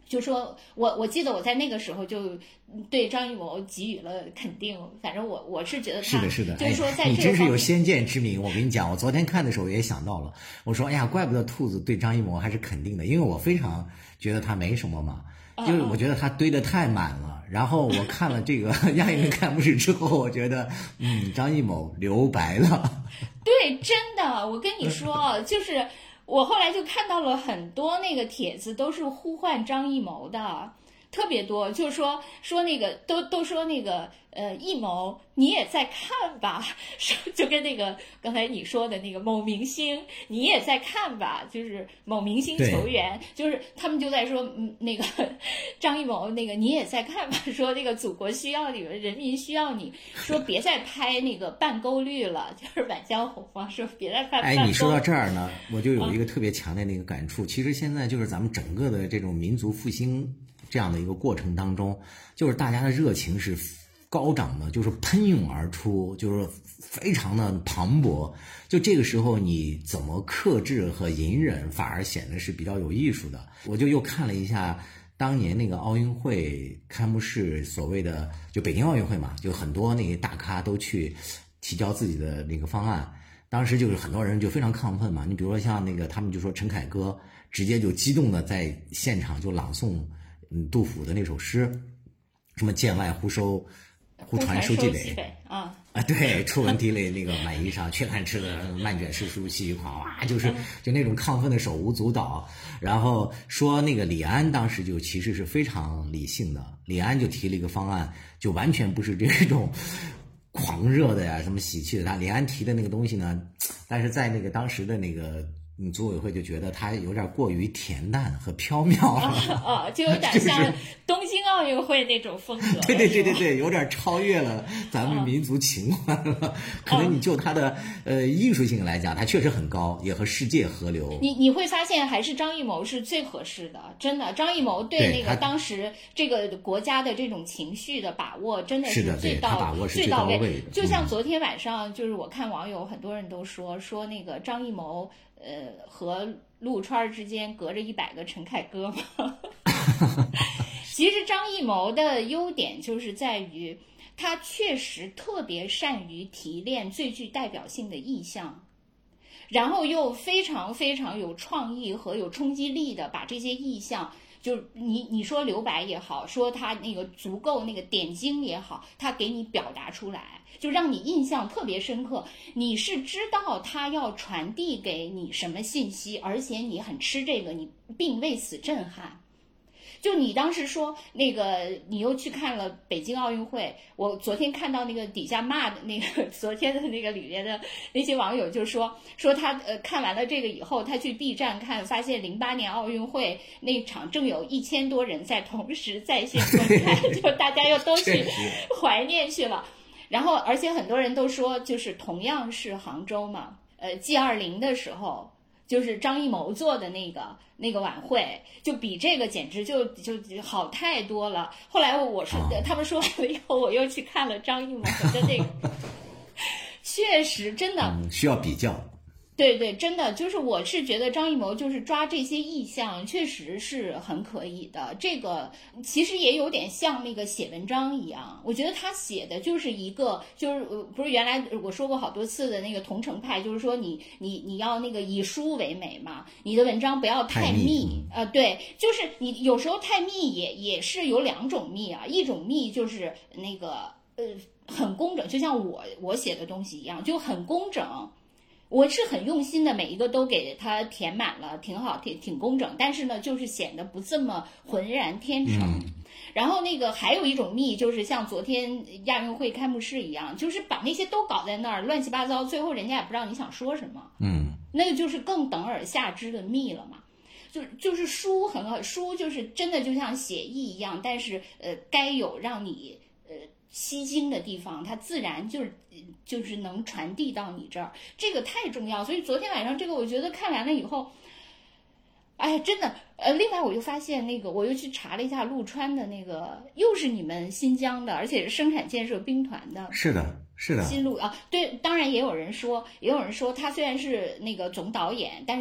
就说我记得我在那个时候就对张艺谋给予了肯定，反正我是觉得他是的， 就是说在你这个方面真是有先见之明。我跟你讲，我昨天看的时候也想到了，我说哎呀，怪不得兔子对张艺谋还是肯定的，因为我非常觉得他没什么嘛，就是我觉得他堆得太满了。然后我看了这个亚运会开幕式之后，我觉得张艺谋留白了。 对，真的，我跟你说，就是我后来就看到了很多那个帖子都是呼唤张艺谋的，特别多，就是说那个都说那个艺谋你也在看吧，说就跟那个刚才你说的那个某明星你也在看吧，就是某明星球员，就是他们就在说那个张艺谋那个你也在看吧，说那个祖国需要你们，人民需要你，说别再拍那个半勾率了，就是《满江红》嘛，说别再拍半勾。 你说到这儿呢，我就有一个特别强烈的一个感触，其实现在就是咱们整个的这种民族复兴这样的一个过程当中，就是大家的热情是高涨的，就是喷涌而出，就是非常的磅礴。就这个时候你怎么克制和隐忍，反而显得是比较有艺术的。我就又看了一下当年那个奥运会开幕式，所谓的就北京奥运会嘛，就很多那个大咖都去提交自己的那个方案，当时就是很多人就非常亢奋嘛。你比如说像那个他们就说陈凯歌直接就激动的在现场就朗诵杜甫的那首诗，什么剑外忽传收蓟垒啊， 对，初闻啼雷那个满衣裳，却看吃的漫卷诗书气宇狂，哇，就那种亢奋的手舞足蹈。然后说那个李安当时就其实是非常理性的，李安就提了一个方案，就完全不是这种狂热的呀什么喜气的。他李安提的那个东西呢，但是在那个当时的那个组委会就觉得它有点过于恬淡和缥缈了， 就有点像东京奥运会那种风格。 对，有点超越了咱们民族情怀了。可能你就它的艺术性来讲，它确实很高，也和世界合流。 你会发现还是张艺谋是最合适的，真的。张艺谋对那个当时这个国家的这种情绪的把握，真的是最到位的。就像昨天晚上，就是我看网友很多人都说那个张艺谋。和陆川之间隔着100个陈凯歌嘛。其实张艺谋的优点就是在于他确实特别善于提炼最具代表性的意象，然后又非常非常有创意和有冲击力的把这些意象，就你说留白也好，说他那个足够那个点睛也好，他给你表达出来，就让你印象特别深刻。你是知道他要传递给你什么信息，而且你很吃这个，你并为此震撼。就你当时说那个，你又去看了北京奥运会，我昨天看到那个底下骂的那个昨天的那个里面的那些网友就说他看完了这个以后，他去 B 站看，发现08年奥运会那场正有1000多人在同时在线观看，就大家又都去怀念去了。然后而且很多人都说，就是同样是杭州嘛，G20的时候。就是张艺谋做的那个晚会，就比这个简直就好太多了。后来我说，他们说完了以后，我又去看了张艺谋的那个，确实真的需要比较。 对，真的就是我是觉得张艺谋就是抓这些意象，确实是很可以的。这个其实也有点像那个写文章一样，我觉得他写的就是一个，就是不是原来我说过好多次的那个桐城派，就是说你要那个以书为美嘛，你的文章不要太密对，就是你有时候太密也是有2种密啊，一种密就是那个很工整，就像我写的东西一样，就很工整。我是很用心的，每一个都给它填满了，挺好，挺工整，但是呢，就是显得不这么浑然天成。然后那个还有一种密，就是像昨天亚运会开幕式一样，就是把那些都搞在那儿，乱七八糟，最后人家也不知道你想说什么。那个就是更等而下之的密了嘛。就是书很好，书就是真的就像写意一样，但是该有让你吸睛的地方，它自然就是能传递到你这儿，这个太重要。所以昨天晚上这个我觉得看完了以后，哎呀，真的，另外我又发现那个，我又去查了一下陆川的那个，又是你们新疆的，而且是生产建设兵团的。 是的。 新陆啊，对，当然也有人说他虽然是那个总导演，但是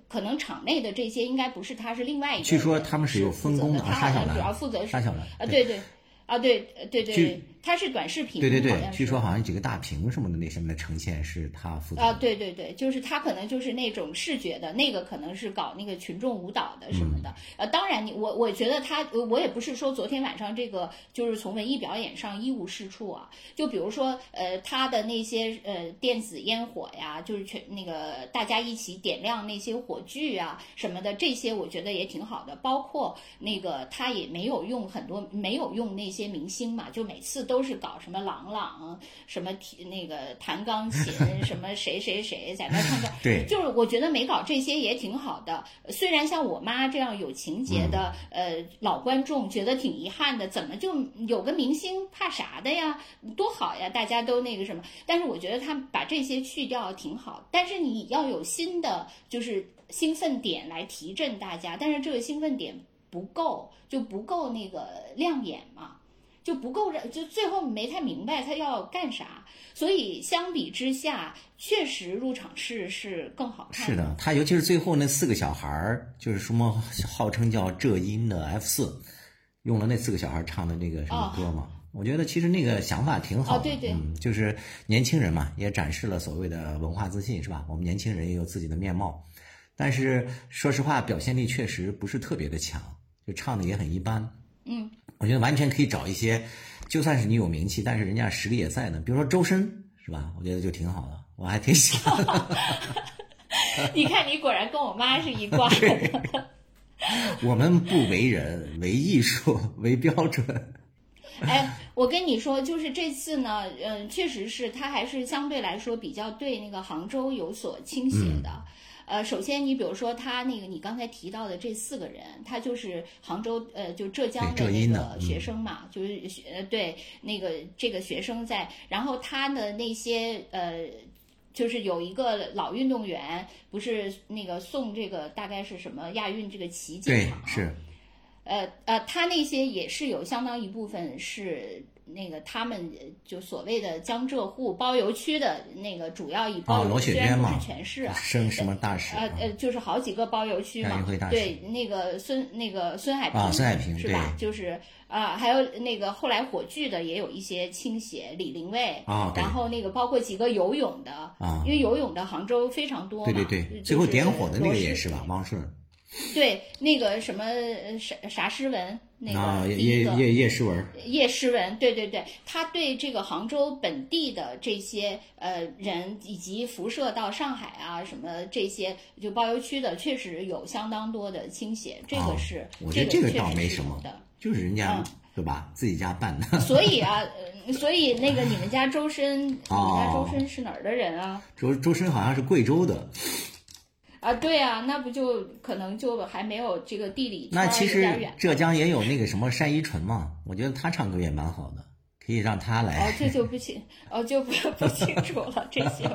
可能场内的这些应该不是他，是另外一个。 据说他们是有分工的他好像主要负责沙小兰对对。对，他是短视频， 对，据说好像几个大屏什么的那上面的呈现是他负责的。 对，就是他可能就是那种视觉的，那个可能是搞那个群众舞蹈的什么的。当然我觉得我也不是说昨天晚上这个就是从文艺表演上一无是处啊。就比如说他的那些电子烟火呀，就是那个大家一起点亮那些火炬啊什么的，这些我觉得也挺好的。包括那个他也没有用那些明星嘛，就每次都是搞什么郎朗，什么那个弹钢琴，什么谁在那唱歌， 对， 就是我觉得没搞这些也挺好的。虽然像我妈这样有情节的老观众觉得挺遗憾的，怎么就有个明星怕啥的呀？多好呀，大家都那个什么。但是我觉得他把这些去掉挺好，但是你要有新的就是兴奋点来提振大家，但是这个兴奋点不够那个亮眼嘛。就不够，就最后没太明白他要干啥，所以相比之下，确实入场式是更好看。 是的，他尤其是最后那4个小孩，就是什么号称叫浙音的 F4，用了那4个小孩唱的那个什么歌嘛。我觉得其实那个想法挺好的， 对， 就是年轻人嘛，也展示了所谓的文化自信，是吧？我们年轻人也有自己的面貌，但是说实话，表现力确实不是特别的强，就唱的也很一般。我觉得完全可以找一些，就算是你有名气，但是人家实力也在呢。比如说周深，是吧？我觉得就挺好的，我还挺喜欢的。 你看，你果然跟我妈是一挂的。 我们不为人，为艺术为标准。 哎，我跟你说，就是这次呢，确实是他还是相对来说比较对那个杭州有所倾斜的。首先你比如说他那个你刚才提到的这4个人，他就是杭州就浙江的那个学生嘛，就是对那个这个学生在，然后他的那些就是有一个老运动员，不是那个送这个大概是什么亚运这个旗进场， 对，是。 他那些也是有相当一部分是那个他们就所谓的江浙沪包邮区的那个主要以包邮，虽然不是全市啊， 升什么大使就是好几个包邮区嘛，对，那个孙海平是吧？就是还有那个后来火炬的也有一些倾斜，李玲蔚然后那个包括几个游泳的因为游泳的杭州非常多嘛， 对，最后点火的那个也是吧，汪顺。 对，那个什么啥诗文，那个叶诗文，对，他对这个杭州本地的这些人，以及辐射到上海啊什么这些就包邮区的，确实有相当多的倾斜，这个是我觉得这个倒没什么的， 就是人家对吧，自己家办的。 所以那个你们家周深，你们家周深是哪儿的人啊？ 周深好像是贵州的。 对啊，那不就可能就还没有这个地理。 那其实浙江也有那个什么单依纯嘛，我觉得他唱歌也蛮好的，可以让他来。 这就不清，就不清楚了这些。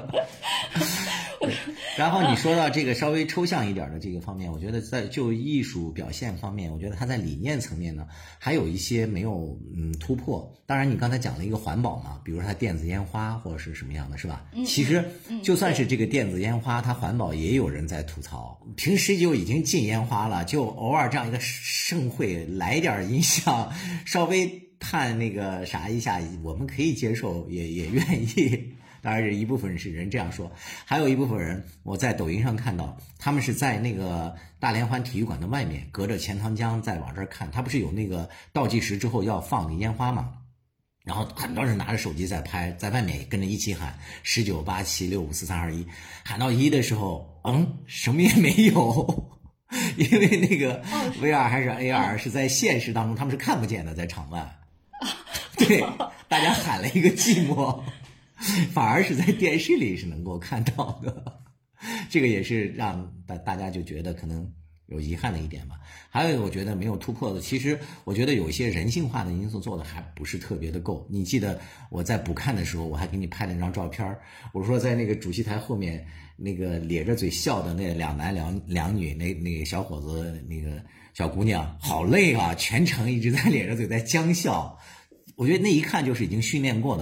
然后你说到这个稍微抽象一点的这个方面，我觉得在就艺术表现方面，我觉得它在理念层面呢，还有一些没有突破。当然，你刚才讲了一个环保嘛，比如说它电子烟花或者是什么样的，是吧？其实就算是这个电子烟花，它环保也有人在吐槽。平时就已经禁烟花了，就偶尔这样一个盛会来点音响，稍微探那个啥一下，我们可以接受，也愿意。当然，一部分是人这样说，还有一部分人，我在抖音上看到，他们是在那个大连环体育馆的外面，隔着钱塘江在往这儿看。他不是有那个倒计时之后要放那烟花嘛？然后很多人拿着手机在拍，在外面也跟着一起喊19、8、7、6、5、4、3、2、1，喊到1的时候，什么也没有，因为那个 VR 还是 AR 是在现实当中，他们是看不见的，在场外。对，大家喊了一个寂寞。反而是在电视里是能够看到的，这个也是让大家就觉得可能有遗憾的一点吧。还有一个我觉得没有突破的，其实我觉得有一些人性化的因素做的还不是特别的够。你记得我在补看的时候，我还给你拍了一张照片，我说在那个主席台后面那个咧着嘴笑的那2男2女，那个小伙子那个小姑娘好累啊，全程一直在咧着嘴在僵笑。我觉得那一看就是已经训练过的嘛。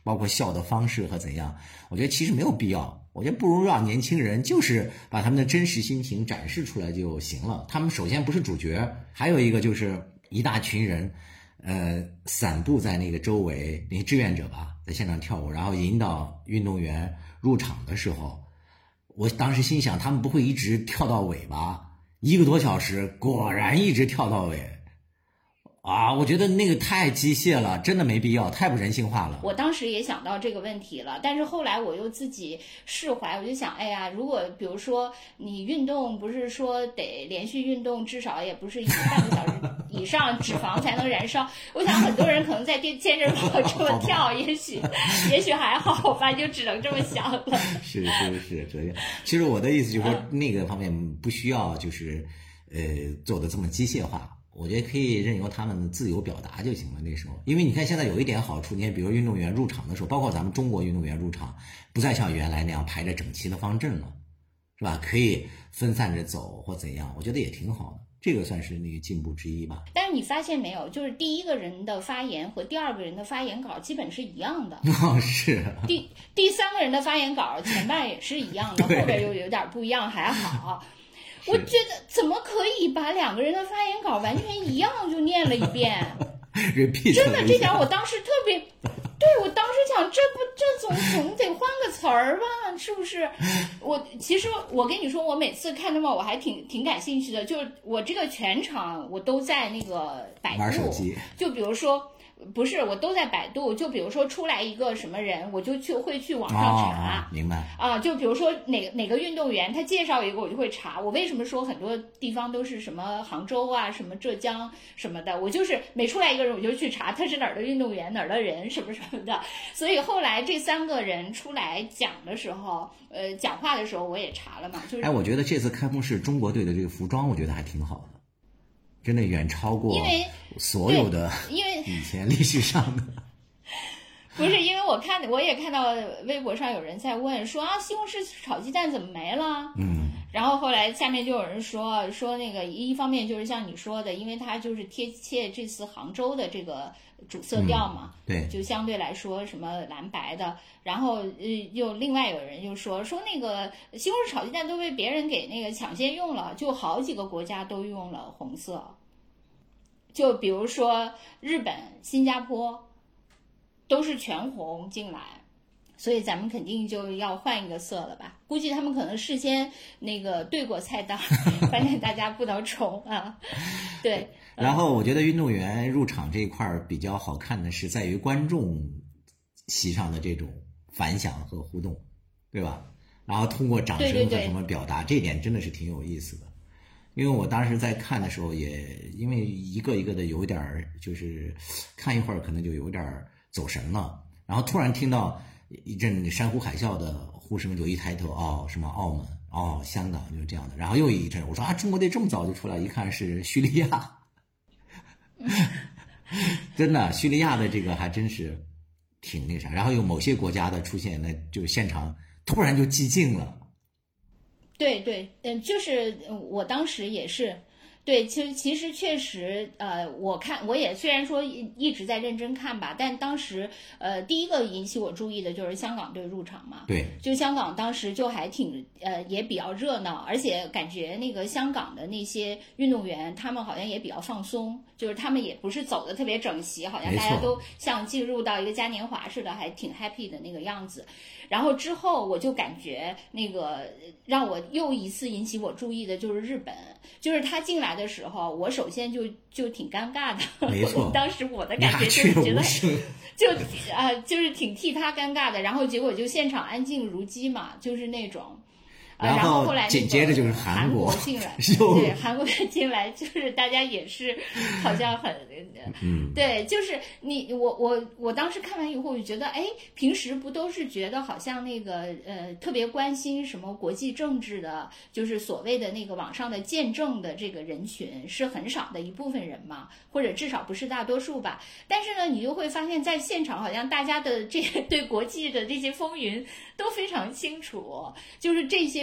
包括笑的方式和怎样，我觉得其实没有必要。我觉得不如让年轻人就是把他们的真实心情展示出来就行了。他们首先不是主角，还有一个就是一大群人，散布在那个周围，那些志愿者吧，在现场跳舞，然后引导运动员入场的时候，我当时心想，他们不会一直跳到尾吧？1个多小时，果然一直跳到尾。啊，我觉得那个太机械了，真的没必要，太不人性化了。 我当时也想到这个问题了，但是后来我又自己释怀，我就想，哎呀，如果比如说你运动，不是说得连续运动，至少也不是半个小时以上，脂肪才能燃烧。我想很多人可能在健身房这么跳，也许还好吧，就只能这么想了。 是，这样。其实我的意思就是说，那个方面不需要就是做的这么机械化。我觉得可以任由他们自由表达就行了。那时候，因为你看现在有一点好处，你看，比如运动员入场的时候，包括咱们中国运动员入场，不再像原来那样排着整齐的方阵了，是吧？可以分散着走或怎样，我觉得也挺好的。这个算是那个进步之一吧。 但是你发现没有，就是第一个人的发言和第二个人的发言稿基本是一样的。 哦，是。 第三个人的发言稿前半也是一样的，后边又有点不一样，还好。我觉得怎么可以把2个人的发言稿完全一样就念了一遍真的，这点我当时特别，对，我当时想，这总得换个词儿吧，是不是？其实我跟你说，我每次看他们，我还挺感兴趣的，就是我这个全场我都在那个百度， 玩手机， 就比如说。不是，我都在百度。就比如说出来一个什么人，我就会去网上查。 明白啊，就比如说哪个运动员，他介绍一个，我就会查。我为什么说很多地方都是什么杭州啊、什么浙江什么的？我就是每出来一个人，我就去查他是哪儿的运动员、哪儿的人什么什么的。所以后来这3个人出来讲的时候，讲话的时候我也查了嘛。就是， 我觉得这次开幕式中国队的这个服装，我觉得还挺好的。真的远超过所有的以前历史上的。 不是，因为我也看到微博上有人在问说啊，西红柿炒鸡蛋怎么没了？然后后来下面就有人说那个一方面就是像你说的，因为它就是贴切这次杭州的这个主色调嘛， 对， 就相对来说什么蓝白的。然后又另外有人就说那个西红柿炒鸡蛋都被别人给那个抢先用了，就好几个国家都用了红色，就比如说日本、新加坡都是全红进来。所以咱们肯定就要换一个色了吧？估计他们可能事先那个对过菜单，发现大家不能重啊。对。 然后我觉得运动员入场这一块比较好看的是在于观众席上的这种反响和互动，对吧？然后通过掌声和什么表达，这一点真的是挺有意思的。因为我当时在看的时候也因为一个一个的有点就是看一会儿可能就有点走神了，然后突然听到一阵山呼海啸的呼声，就一抬头，什么澳门，香港，就是这样的。然后又一阵，我说啊，中国队这么早就出来，一看是叙利亚，真的，叙利亚的这个还真是挺那啥。然后有某些国家的出现，那就现场突然就寂静了。 对，就是我当时也是。对，其实确实，我也虽然说一直在认真看吧，但当时第一个引起我注意的就是香港队入场嘛。 对， 就香港当时就还挺也比较热闹，而且感觉那个香港的那些运动员，他们好像也比较放松，就是他们也不是走的特别整齐，好像大家都像进入到一个嘉年华似的，还挺 happy 的那个样子。然后之后我就感觉那个让我又一次引起我注意的就是日本，就是他进来的时候，我首先就挺尴尬的。 没错， 当时我的感觉就是觉得就是挺替他尴尬的。然后结果就现场安静如鸡嘛，就是那种。然后后来紧接着就是韩国进来，对，韩国进来，就是大家也是好像很，对，就是我当时看完以后，我就觉得，哎，平时不都是觉得好像那个特别关心什么国际政治的，就是所谓的那个网上的见证的这个人群是很少的一部分人嘛，或者至少不是大多数吧。但是呢，你就会发现在现场好像大家的这对国际的这些风云都非常清楚，就是这些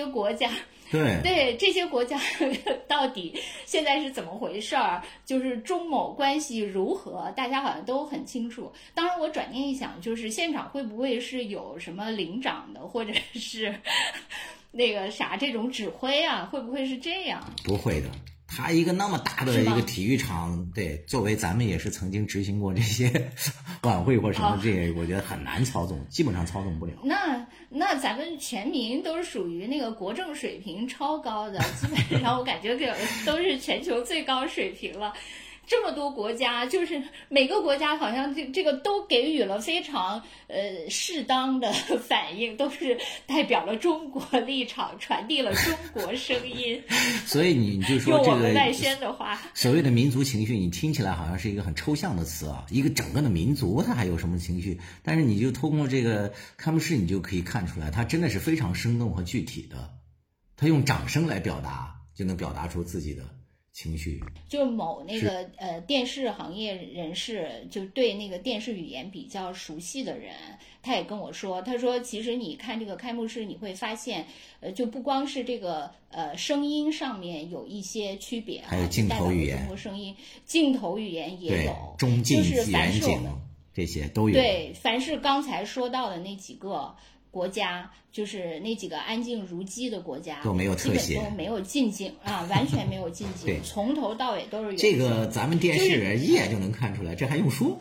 国家。对这些国家到底现在是怎么回事儿？就是中某关系如何，大家好像都很清楚。当然，我转念一想，就是现场会不会是有什么领长的，或者是那个啥这种指挥啊？会不会是这样？ 不会的。它一个那么大的一个体育场，对，作为咱们也是曾经执行过这些晚会或什么这些，我觉得很难操纵，基本上操纵不了。 那咱们全民都是属于那个国政水平超高的，基本上我感觉都是全球最高水平了。这么多国家，就是每个国家好像这个都给予了非常适当的反应，都是代表了中国立场，传递了中国声音。 所以你就说这个用我们外宣的话， 所谓的民族情绪，你听起来好像是一个很抽象的词啊，一个整个的民族它还有什么情绪？但是你就通过这个开幕式，你就可以看出来，它真的是非常生动和具体的，它用掌声来表达，就能表达出自己的情绪。 就某那个电视行业人士，就对那个电视语言比较熟悉的人，他也跟我说，他说其实你看这个开幕式，你会发现，就不光是这个声音上面有一些区别， 还有镜头语言， 中国声音、镜头语言也有， 中近、 就是远景这些都有。 对，凡是刚才说到的那几个国家，就是那几个安静如鸡的国家， 都没有特写， 基本都没有近景啊，完全没有近景，从头到尾都是远景。 这个咱们电视一眼就能看出来，这还用说？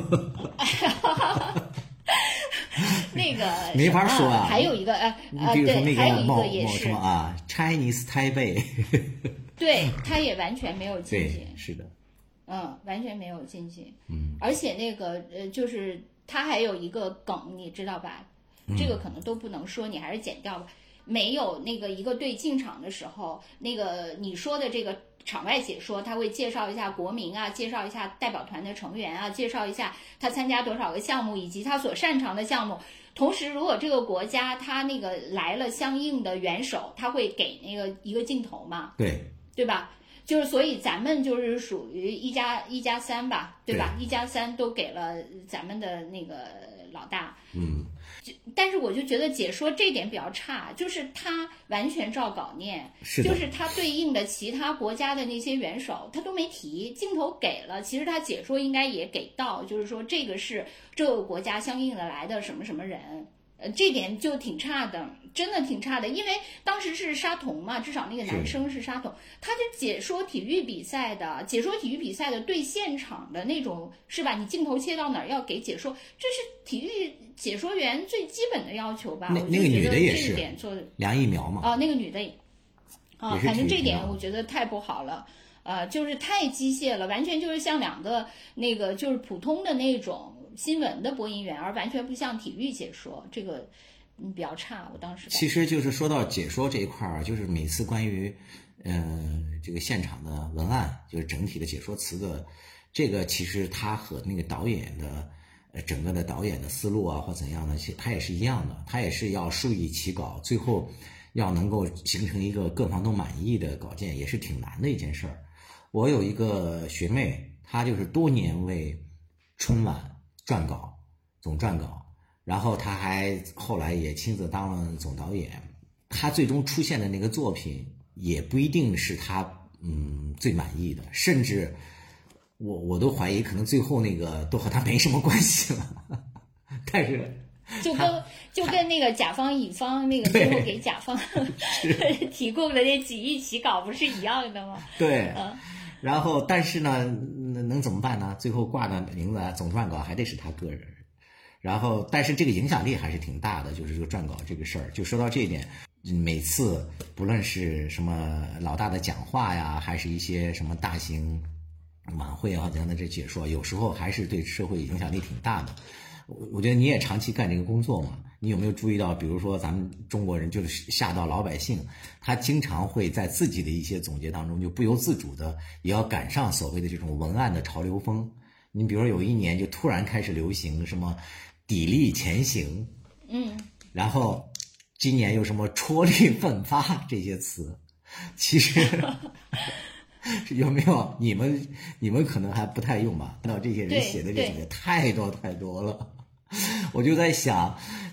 那个没法说啊。 还有一个比如说那还有一个个也是什么啊 ，Chinese Taipei， 对，他也完全没有近景。 是的， 完全没有近景。而且那个就是他还有一个梗，你知道吧？这个可能都不能说，你还是剪掉吧。没有那个一个队进场的时候，那个你说的这个场外解说，他会介绍一下国名啊，介绍一下代表团的成员啊，介绍一下他参加多少个项目以及他所擅长的项目。同时，如果这个国家他那个来了相应的元首，他会给那个一个镜头嘛？对吧？就是所以咱们就是属于一加三吧，对吧？1+3都给了咱们的那个老大。但是我就觉得解说这点比较差，就是他完全照稿念，就是他对应的其他国家的那些元首他都没提，镜头给了，其实他解说应该也给到，就是说这个是这个国家相应的来的什么什么人。这点就挺差的，真的挺差的，因为当时是沙童嘛，至少那个男生是沙童，他就解说体育比赛的对现场的那种是吧？你镜头切到哪儿要给解说，这是体育解说员最基本的要求吧？ 那个女的也是梁艺苗嘛？ 那个女的反正这点我觉得太不好了。就是太机械了，完全就是像两个那个就是普通的那种新闻的播音员，而完全不像体育解说，这个比较差。我当时其实就是说到解说这一块儿，就是每次关于这个现场的文案，就是整体的解说词的这个，其实它和那个导演的整个的导演的思路啊或怎样的，它也是一样的，它也是要数以起稿，最后要能够形成一个各方都满意的稿件，也是挺难的一件事儿。我有一个学妹，她就是多年为春晚撰稿，总撰稿，然后她还后来也亲自当了总导演。她最终出现的那个作品也不一定是她最满意的，甚至我都怀疑可能最后那个都和她没什么关系了。但是就跟那个甲方乙方那个最后给甲方提供的那几亿起稿不是一样的吗？ 对，然后但是呢，能怎么办呢？最后挂的名字总撰稿还得是他个人。然后但是这个影响力还是挺大的，就是这个撰稿这个事儿。就说到这一点，每次不论是什么老大的讲话呀，还是一些什么大型晚会啊这样的这解说，有时候还是对社会影响力挺大的。我觉得你也长期干这个工作嘛，你有没有注意到，比如说咱们中国人就是下到老百姓，他经常会在自己的一些总结当中就不由自主的也要赶上所谓的这种文案的潮流风。你比如说有一年就突然开始流行什么砥砺前行，然后今年又什么戳力奋发这些词，其实有没有你们可能还不太用吧？看到这些人写的这些太多了。我就在想，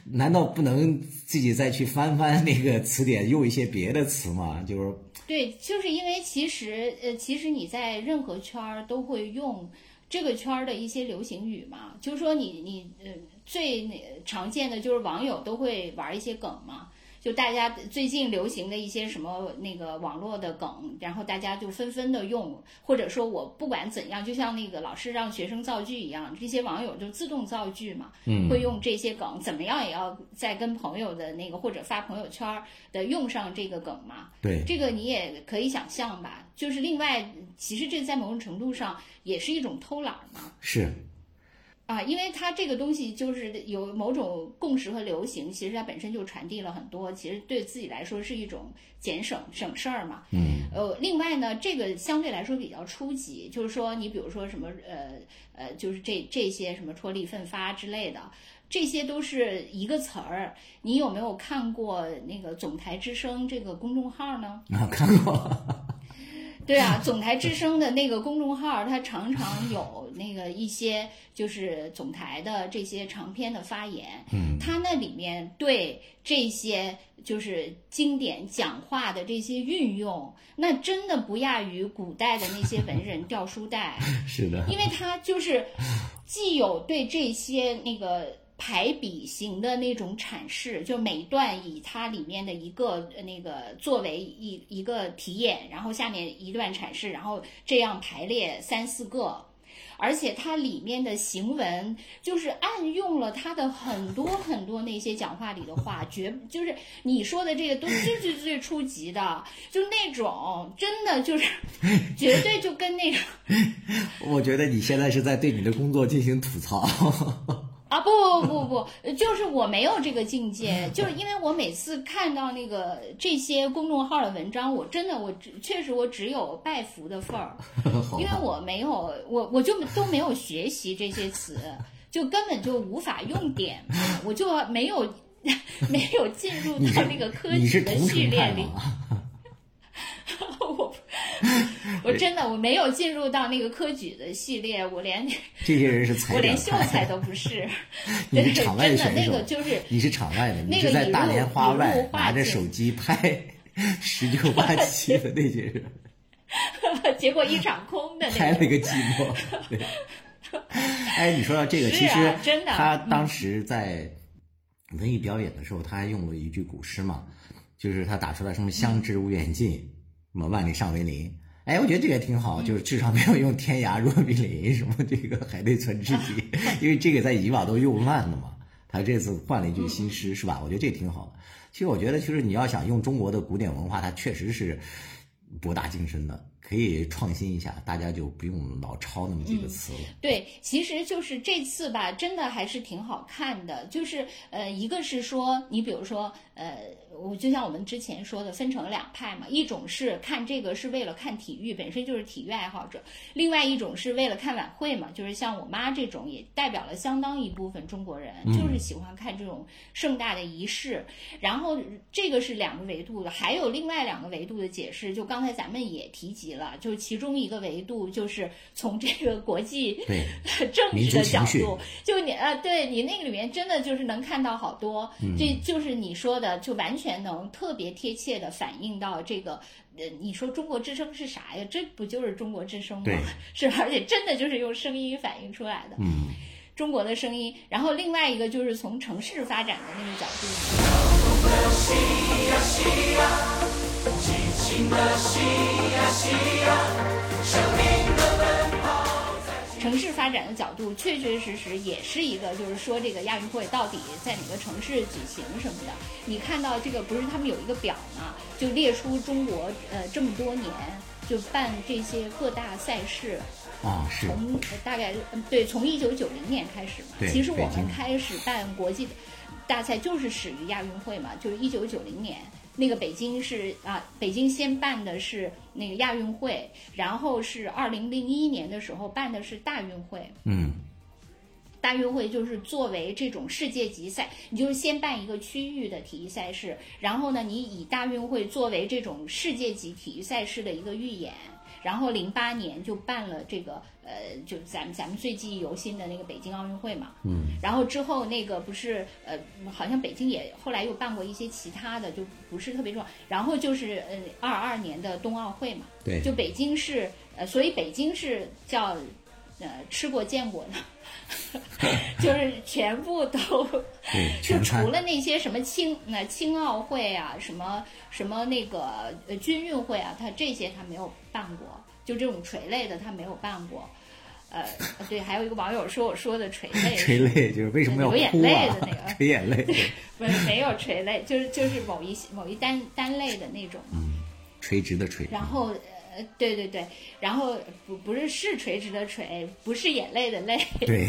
难道不能自己再去翻翻那个词典，用一些别的词吗？就是对，就是因为其实你在任何圈儿都会用这个圈儿的一些流行语嘛，就是说你最常见的就是网友都会玩一些梗嘛。就大家最近流行的一些什么那个网络的梗，然后大家就纷纷的用，或者说我不管怎样，就像那个老师让学生造句一样，这些网友就自动造句嘛，会用这些梗，怎么样也要再跟朋友的那个或者发朋友圈的用上这个梗嘛。 对， 这个你也可以想象吧。就是另外，其实这在某种程度上也是一种偷懒嘛。 是。 啊，因为它这个东西就是有某种共识和流行，其实它本身就传递了很多，其实对自己来说是一种省事儿嘛。另外呢，这个相对来说比较初级，就是说你比如说什么就是这些什么踔厉奋发之类的，这些都是一个词儿。你有没有看过那个总台之声这个公众号呢？ 看过。 对啊，总台之声的那个公众号，它常常有那个一些就是总台的这些长篇的发言，它那里面对这些就是经典讲话的这些运用，那真的不亚于古代的那些文人掉书袋。 是的， 因为它就是既有对这些那个排比型的那种阐释，就每段以它里面的一个那个作为一个题眼，然后下面一段阐释，然后这样排列3、4个，而且它里面的行文就是暗用了它的很多很多那些讲话里的话，就是你说的这个都是最初级的，就那种真的就是绝对就跟那个我觉得你现在是在对你的工作进行吐槽。 啊不，就是我没有这个境界，就是因为我每次看到那个这些公众号的文章，我确实只有拜服的份儿，因为我没有我就都没有学习这些词，就根本就无法用典嘛，我就没有进入到那个科举的序列里。我真的我没有进入到那个科举的系列，我连这些人是才， 我连秀才都不是。 你是场外的选手， 那个就是你是场外的，你是在大连花外拿着手机拍19、87的那些人， 结果一场空的那个， 拍了个寂寞。对。哎，你说到这个，其实他当时在文艺表演的时候，他还用了一句古诗嘛，就是他打出来什么相知无远近，什么万里尚为邻。哎，我觉得这个挺好，就是至少没有用天涯若比邻，什么这个还得存知己，因为这个在以往都用烂了嘛。他这次换了一句新诗，是吧？我觉得这挺好的。其实我觉得，就是你要想用中国的古典文化，它确实是博大精深的，可以创新一下，大家就不用老抄那么几个词了。 对，其实就是这次吧，真的还是挺好看的。就是一个是说，你比如说我就像我们之前说的，分成了2派嘛，一种是看这个是为了看体育，本身就是体育爱好者；另外一种是为了看晚会嘛，就是像我妈这种，也代表了相当一部分中国人，就是喜欢看这种盛大的仪式。然后这个是2个维度的，还有另外2个维度的解释，就刚才咱们也提及了，就其中一个维度就是从这个国际政治的角度，就你对你那个里面真的就是能看到好多，这就是你说的，就完全能特别贴切的反映到这个你说中国之声是啥呀？这不就是中国之声吗？是吧？而且真的就是用声音反映出来的，中国的声音。然后另外一个就是从城市发展的那个角度。城市发展的角度，确确实实也是一个，就是说这个亚运会到底在哪个城市举行什么的。你看到这个不是他们有一个表嘛，就列出中国这么多年就办这些各大赛事啊，是从大概从1990年开始嘛。其实我们开始办国际大赛就是始于亚运会嘛，就是1990年。那个北京先办的是那个亚运会，然后是2001年的时候办的是大运会。大运会就是作为这种世界级赛，你就是先办一个区域的体育赛事，然后呢，你以大运会作为这种世界级体育赛事的一个预演， 然后08年就办了这个就咱们最记忆犹新的那个北京奥运会嘛，然后之后那个不是好像北京也后来又办过一些其他的，就不是特别重要。然后就是22年的冬奥会嘛， 对， 就北京是所以北京是叫吃过见过的。就是全部都，就除了那些什么青奥会啊，什么那个军运会啊，这些他没有办过，就这种垂类的他没有办过。对，还有一个网友说我说的垂类， 垂类就是为什么要哭啊？ 流眼泪的那个垂眼泪， 不是没有垂类，就是某一单类的那种， 垂直的垂， 然后。对对对，然后不是垂直的垂，不是眼泪的泪。 对。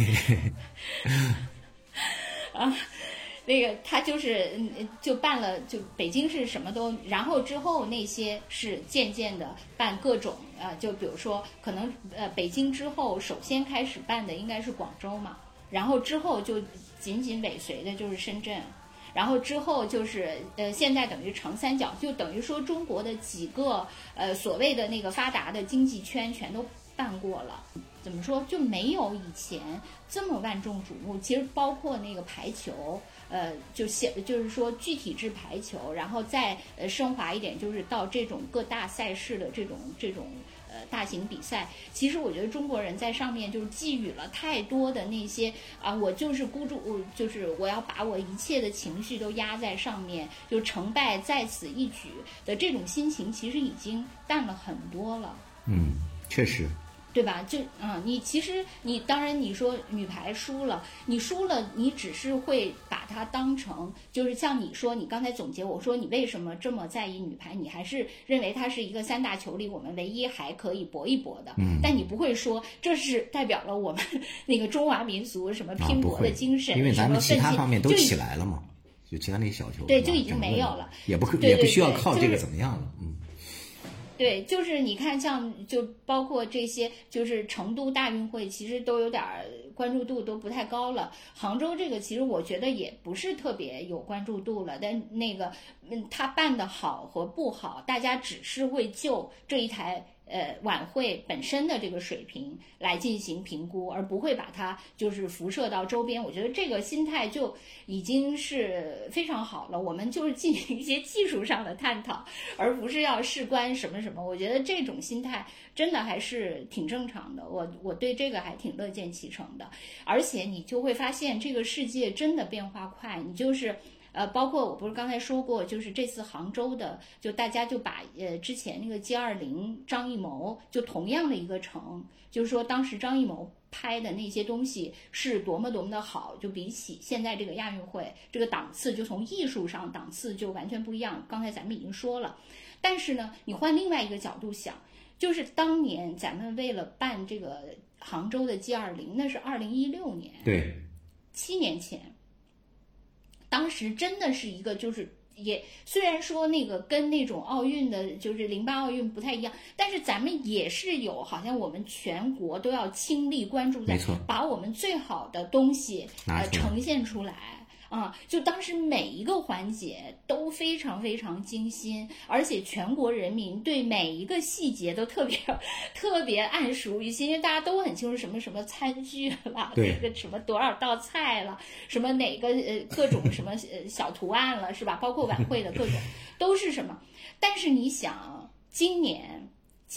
啊，那个他就办了，就北京是什么都，然后之后那些是渐渐的办各种就比如说可能北京之后首先开始办的应该是广州嘛，然后之后就紧紧尾随的就是深圳。然后之后就是现在等于长三角，就等于说中国的几个所谓的那个发达的经济圈全都办过了。怎么说就没有以前这么万众瞩目？其实包括那个排球，就是说具体制排球，然后再升华一点，就是到这种各大赛事的这种大型比赛。其实我觉得中国人在上面就是寄予了太多的那些我就是就是我要把我一切的情绪都压在上面，就成败在此一举的这种心情，其实已经淡了很多了。 确实。 对吧？就你其实你当然你说女排输了，你只是会把它当成就是像你说你刚才总结我说你为什么这么在意女排，你还是认为它是一个三大球里我们唯一还可以搏一搏的，但你不会说这是代表了我们那个中华民族什么拼搏的精神， 因为咱们其他方面都起来了嘛，就其他那些小球对就已经没有了， 也不需要靠这个怎么样了。 对，就是你看像就包括这些就是成都大运会其实都有点关注度都不太高了，杭州这个其实我觉得也不是特别有关注度了，但那个他办的好和不好，大家只是会就这一台晚会本身的这个水平来进行评估，而不会把它就是辐射到周边。我觉得这个心态就已经是非常好了，我们就是进行一些技术上的探讨，而不是要事关什么什么。我觉得这种心态真的还是挺正常的，我对这个还挺乐见其成的。而且你就会发现这个世界真的变化快，你就是包括我不是刚才说过，就是这次杭州的，就大家就把之前那个 G20 张艺谋就同样的一个城，就是说当时张艺谋拍的那些东西是多么多么的好，就比起现在这个亚运会这个档次，就从艺术上档次就完全不一样。刚才咱们已经说了，但是呢，你换另外一个角度想，就是当年咱们为了办这个杭州的 G20， 那是2016年， 对 ，7年前。当时真的是一个就是也虽然说那个跟那种奥运的就是08奥运不太一样，但是咱们也是有好像我们全国都要倾力关注在把我们最好的东西呈现出来。就当时每一个环节都非常非常精心，而且全国人民对每一个细节都特别谙熟于心，因为大家都很清楚什么什么餐具了，那个什么多少道菜了，什么哪个各种什么小图案了，是吧？包括晚会的各种都是什么。但是你想，今年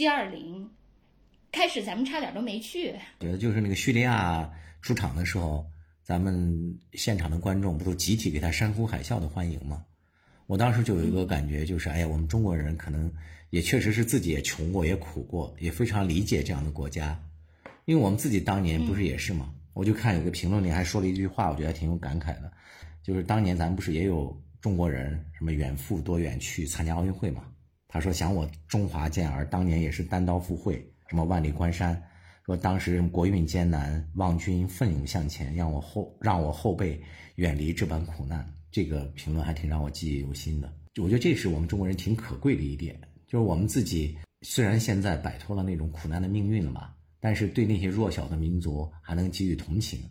G20 开始，咱们差点都没去。 觉得就是那个叙利亚出场的时候，咱们现场的观众不都集体给他山呼海啸的欢迎吗？我当时就有一个感觉，就是哎呀，我们中国人可能也确实是自己也穷过，也苦过，也非常理解这样的国家。因为我们自己当年不是也是吗？我就看有个评论里还说了一句话，我觉得挺有感慨的，就是当年咱不是也有中国人什么远赴多远去参加奥运会嘛？他说想我中华健儿当年也是单刀赴会，什么万里关山。说当时国运艰难，望君奋勇向前，让我后辈远离这般苦难。这个评论还挺让我记忆犹新的。我觉得这是我们中国人挺可贵的一点，就是我们自己虽然现在摆脱了那种苦难的命运了嘛，但是对那些弱小的民族还能给予同情，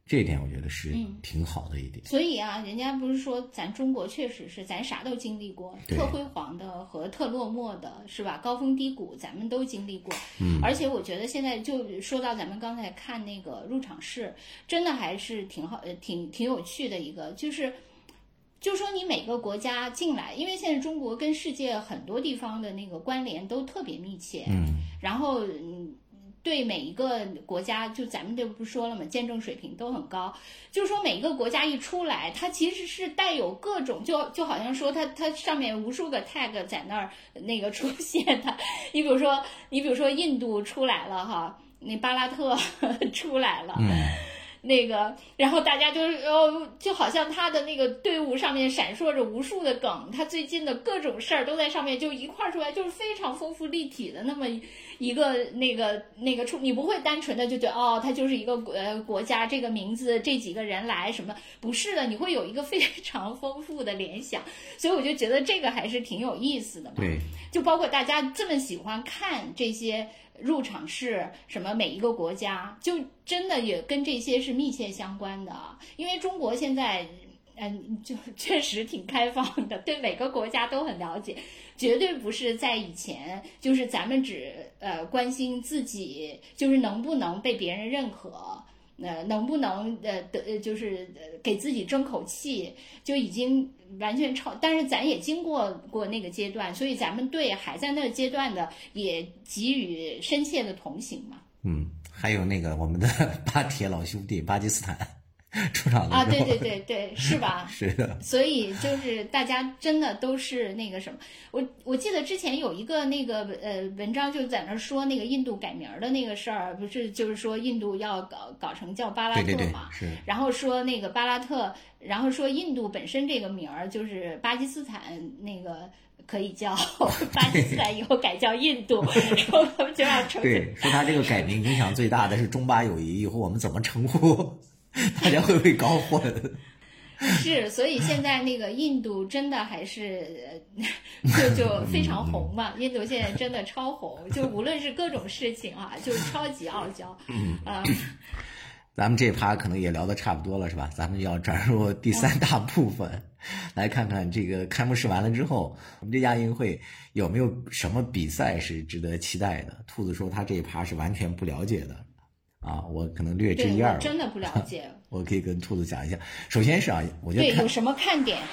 这一点我觉得是挺好的一点。 所以啊，人家不是说咱中国确实是咱啥都经历过，特辉煌的和特落寞的，是吧？高峰低谷咱们都经历过。而且我觉得现在就说到咱们刚才看那个入场式，真的还是挺好，挺有趣的一个，就说你每个国家进来，因为现在中国跟世界很多地方的那个关联都特别密切，然后对每一个国家，就咱们这不说了吗？见证水平都很高。就是说每一个国家一出来，它其实是带有各种，就好像说它上面无数个 tag 在那儿那个出现的。你比如说印度出来了哈，那巴拉特出来了。那个，然后大家就好像他的那个队伍上面闪烁着无数的梗，他最近的各种事儿都在上面就一块出来，就是非常丰富立体的那么一个那个你不会单纯的就觉得他就是一个国家这个名字这几个人来什么，不是的，你会有一个非常丰富的联想，所以我就觉得这个还是挺有意思的嘛。 对， 就包括大家这么喜欢看这些入场式什么每一个国家，就真的也跟这些是密切相关的。因为中国现在就确实挺开放的，对每个国家都很了解，绝对不是在以前就是咱们只关心自己就是能不能被别人认可，能不能就是给自己争口气，就已经完全但是咱也经过那个阶段，所以咱们对还在那个阶段的也给予深切的同情嘛。 还有那个我们的巴铁老兄弟巴基斯坦出场的时候对对对对，是吧？ 是的。 所以就是大家真的都是那个什么，我记得之前有一个那个文章就在那说那个印度改名的那个事儿，不是就是说印度要搞成叫巴拉特嘛？ 对对对，是。 然后说那个巴拉特，然后说印度本身这个名儿就是巴基斯坦那个。可以叫巴基斯坦以后改叫印度，然后他们就要称。 对，说他这个改名影响最大的是中巴友谊，以后我们怎么称呼，大家会不会搞混？ 是，所以现在那个印度真的还是就非常红嘛，印度现在真的超红，就无论是各种事情啊，就超级傲娇。 咱们这趴可能也聊得差不多了，是吧？咱们要转入第三大部分，来看看这个开幕式完了之后，我们这亚运会有没有什么比赛是值得期待的？兔子说他这一趴是完全不了解的啊，我可能略知一二。 我真的不了解。 我可以跟兔子讲一下。首先是啊，我觉得对有什么看点？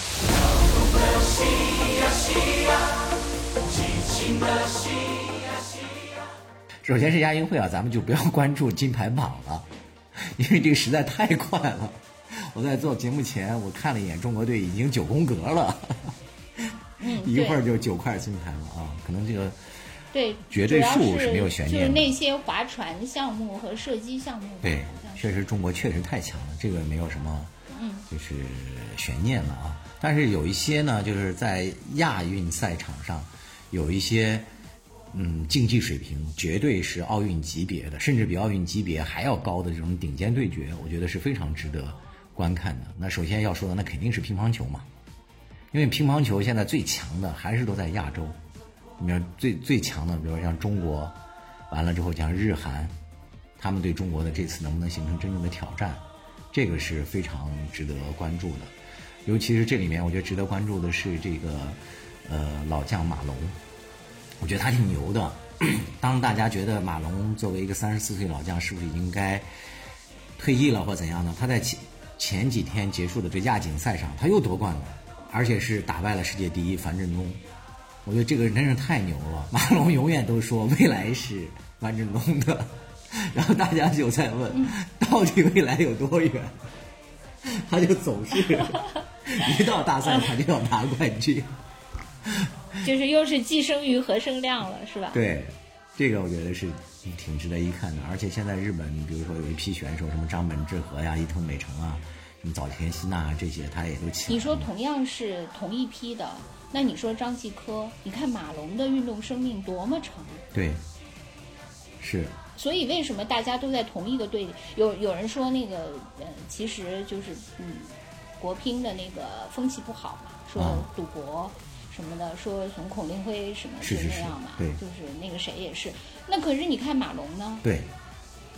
首先是亚运会啊，咱们就不要关注金牌榜了。因为这个实在太快了，我在做节目前我看了一眼，中国队已经9宫格了，一会儿就9块金牌了啊！可能这个对绝对数是没有悬念的， 就是那些划船项目和射击项目， 对，确实中国确实太强了，这个没有什么就是悬念了啊。但是有一些呢，就是在亚运赛场上有一些。竞技水平绝对是奥运级别的，甚至比奥运级别还要高的这种顶尖对决，我觉得是非常值得观看的。那首先要说的，那肯定是乒乓球嘛，因为乒乓球现在最强的还是都在亚洲。你看最强的，比如说像中国，完了之后像日韩，他们对中国的这次能不能形成真正的挑战，这个是非常值得关注的。尤其是这里面，我觉得值得关注的是这个老将马龙。我觉得他挺牛的。当大家觉得马龙作为一个34岁老将是不是应该退役了或怎样呢？他在前几天结束的这亚锦赛上他又夺冠了，而且是打败了世界第一樊振东。我觉得这个人真是太牛了。马龙永远都说未来是樊振东的，然后大家就在问到底未来有多远，他就总是一到大赛他就要拿冠军。 就是又是既生瑜何生亮了，是吧？ 对，这个我觉得是挺值得一看的。而且现在日本，比如说有一批选手，什么张本智和呀、伊藤美诚啊、什么早田希娜啊，这些他也都起来。 你说同样是同一批的，那你说张继科，你看马龙的运动生命多么长？ 对，是。 所以为什么大家都在同一个队里？有人说那个其实就是国乒的那个风气不好嘛，说赌博。什么的，说从孔令辉什么就那样嘛， 对， 就是那个谁也是。那可是你看马龙呢？ 对，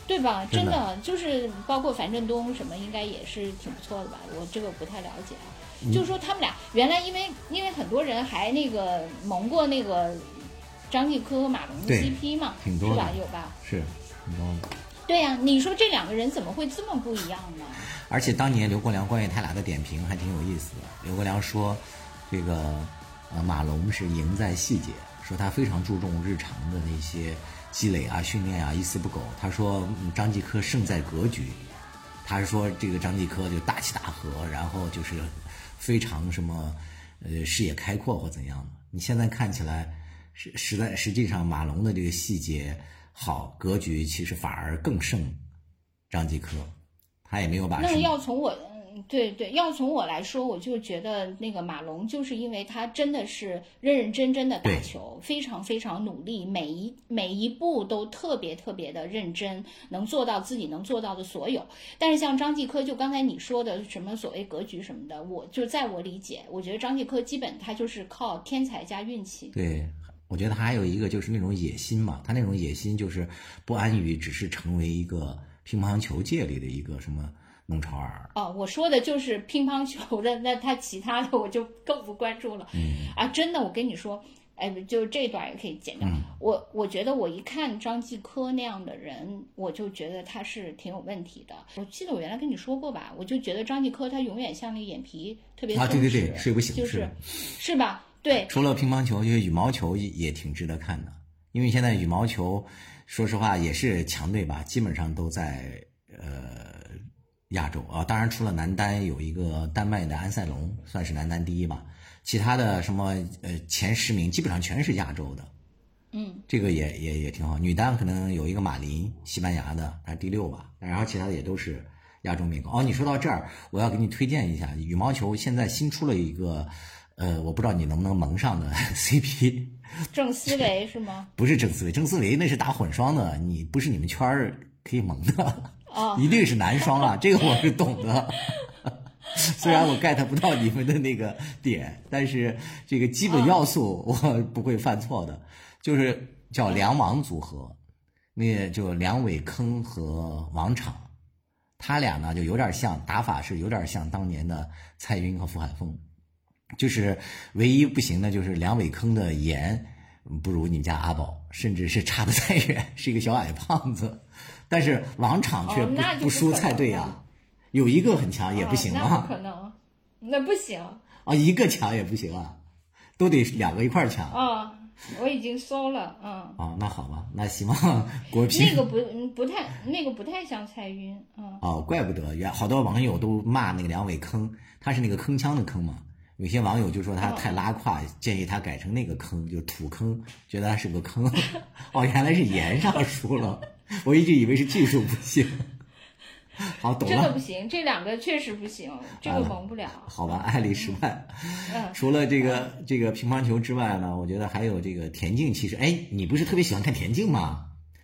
对吧？ 真的真的就是包括樊振东什么，应该也是挺不错的吧？我这个不太了解啊。就是说他们俩原来因为很多人还那个蒙过那个张继科和马龙的对 CP 嘛， 挺多的是吧？有吧？ 是挺多的。 对呀、你说这两个人怎么会这么不一样呢？ 而且当年刘国梁关于他俩的点评还挺有意思的。刘国梁说，这个马龙是赢在细节，说他非常注重日常的那些积累啊、训练啊，一丝不苟。他说张继科胜在格局，他是说这个张继科就大起大合，然后就是非常什么视野开阔或怎样的。你现在看起来实际上马龙的这个细节好，格局其实反而更胜张继科。他也没有把那要从我对，要从我来说，我就觉得那个马龙就是因为他真的是认认真真的打球，非常非常努力，每一步都特别特别的认真，能做到自己能做到的所有。但是像张继科，就刚才你说的什么所谓格局什么的，我就在我理解，我觉得张继科基本他就是靠天才加运气。 对，我觉得他还有一个就是那种野心嘛，他那种野心就是不安于只是成为一个乒乓球界里的一个什么弄潮儿。 哦，我说的就是乒乓球的，那他其他的我就更不关注了。真的，我跟你说，哎，就这段也可以剪掉。我觉得我一看张继科那样的人，我就觉得他是挺有问题的。我记得我原来跟你说过吧，我就觉得张继科他永远像那个眼皮特别松弛， 对，睡不醒， 是吧？对。 除了乒乓球，就是羽毛球也挺值得看的，因为现在羽毛球，说实话也是强队吧，基本上都在亚洲啊，当然除了男单有一个丹麦的安塞龙算是男单第一吧，其他的什么前10名基本上全是亚洲的。这个也挺好。女单可能有一个马林，西班牙的，她第6吧，然后其他的也都是亚洲面孔。哦，你说到这儿，我要给你推荐一下羽毛球，现在新出了一个我不知道你能不能蒙上的 CP。 郑思维是吗？ 不是郑思维，郑思维那是打混双的，你不是你们圈儿可以蒙的。一定是男双啊，这个我是懂的。虽然我 get 不到你们的那个点，但是这个基本要素我不会犯错的，就是叫梁王组合，那就梁伟铿和王昶，他俩呢就有点像，打法是有点像当年的蔡赟和傅海峰，就是唯一不行的就是梁伟铿的颜不如你们家阿宝，甚至是差得太远，是一个小矮胖子。但是王昶却不输蔡队啊，有一个很强也不行啊。 那不可能，那不行啊，一个强也不行啊，都得2个一块强啊。我已经搜了， 那好吧，那希望国乒那个不太像蔡赟， 怪不得好多网友都骂那个梁伟铿，他是那个铿锵的铿嘛。有些网友就说他太拉胯，建议他改成那个铿，就土铿，觉得他是个坑。原来是颜上输了，我一直以为是技术不行。好，懂了。 这个不行，这2个确实不行，这个蒙不了。 好吧，案例失败。除了这个乒乓球之外呢，我觉得还有这个田径。其实，你不是特别喜欢看田径吗？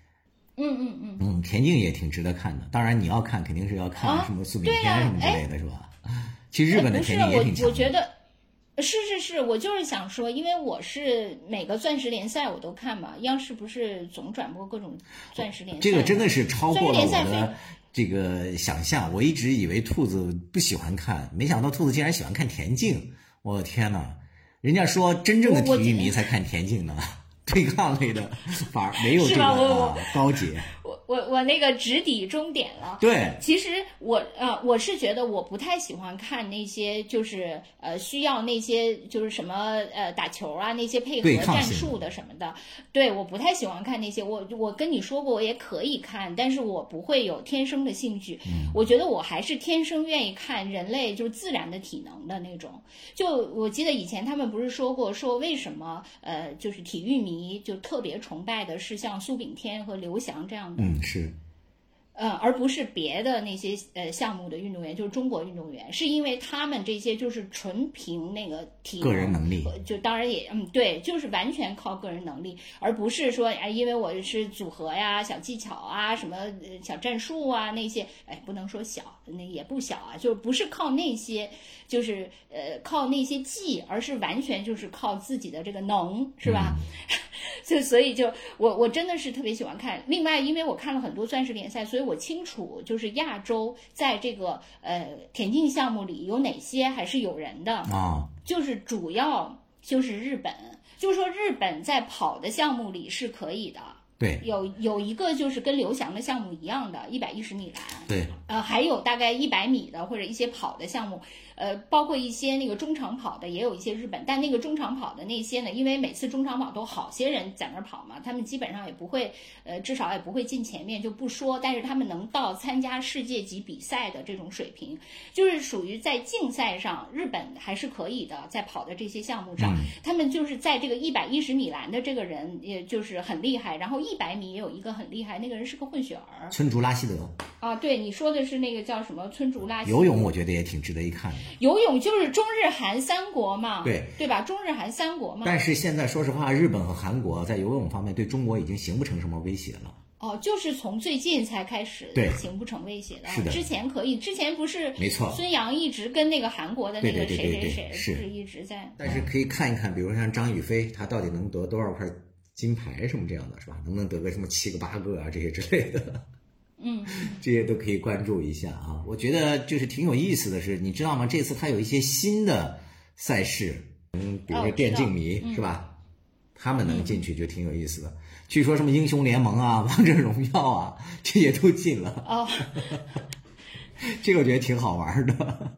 田径也挺值得看的。当然，你要看肯定是要看什么苏炳添什么之类的，是吧？其实日本的田径也挺强的。 我觉得。是，我就是想说，因为我是每个钻石联赛我都看嘛，央视不是总转播各种钻石联赛， 这个真的是超过了我的这个想象。我一直以为兔子不喜欢看，没想到兔子竟然喜欢看田径。我的天哪，人家说真正的体育迷才看田径呢，对抗类的反而没有这个高阶。 我那个直抵终点了。 对， 其实我是觉得我不太喜欢看那些就是需要那些就是什么打球啊那些配合战术的什么的。对，我不太喜欢看那些。我跟你说过，我也可以看，但是我不会有天生的兴趣。我觉得我还是天生愿意看人类就是自然的体能的那种。就我记得以前他们不是说过，说为什么就是体育迷就特别崇拜的是像苏炳添和刘翔这样的。 是， 而不是别的那些项目的运动员，就是中国运动员，是因为他们这些就是纯凭那个体能、 个人能力， 就当然也对，就是完全靠个人能力，而不是说因为我是组合呀、小技巧啊、什么小战术啊那些，不能说小，那也不小啊，就不是靠那些，就是靠那些技，而是完全就是靠自己的这个能，是吧？ 所以就我真的是特别喜欢看。另外，因为我看了很多钻石联赛，所以我清楚就是亚洲在这个田径项目里有哪些还是有人的啊， 就是主要就是日本，就是说日本在跑的项目里是可以的。 对， 有一个就是跟刘翔的项目一样的110米栏， 对， 还有大概100米的或者一些跑的项目，包括一些那个中长跑的也有一些日本，但那个中长跑的那些呢，因为每次中长跑都好些人在那儿跑嘛，他们基本上也不会，至少也不会进前面就不说，但是他们能到参加世界级比赛的这种水平，就是属于在竞赛上日本还是可以的，在跑的这些项目上，他们就是在这个110米栏的这个人也就是很厉害，然后100米也有一个很厉害，那个人是个混血儿， 村竹拉希德啊，对，你说的是那个叫什么村竹拉希德。 游泳我觉得也挺值得一看的。 游泳就是中日韩三国嘛， 对吧？中日韩三国嘛。 但是现在说实话，日本和韩国在游泳方面对中国已经形不成什么威胁了。 哦，就是从最近才开始形不成威胁的。 是的， 之前可以，之前不是没错， 孙杨一直跟那个韩国的那个谁是一直在。 但是可以看一看，比如像张雨霏，她到底能得多少块金牌什么这样的，是吧？能不能得个什么7个8个啊这些之类的？这些都可以关注一下啊。我觉得就是挺有意思的是，你知道吗？这次它有一些新的赛事，比如说电竞迷、是吧？他们能进去就挺有意思的。据说什么英雄联盟啊、王者荣耀啊，这些都进了。哦，这个我觉得挺好玩的。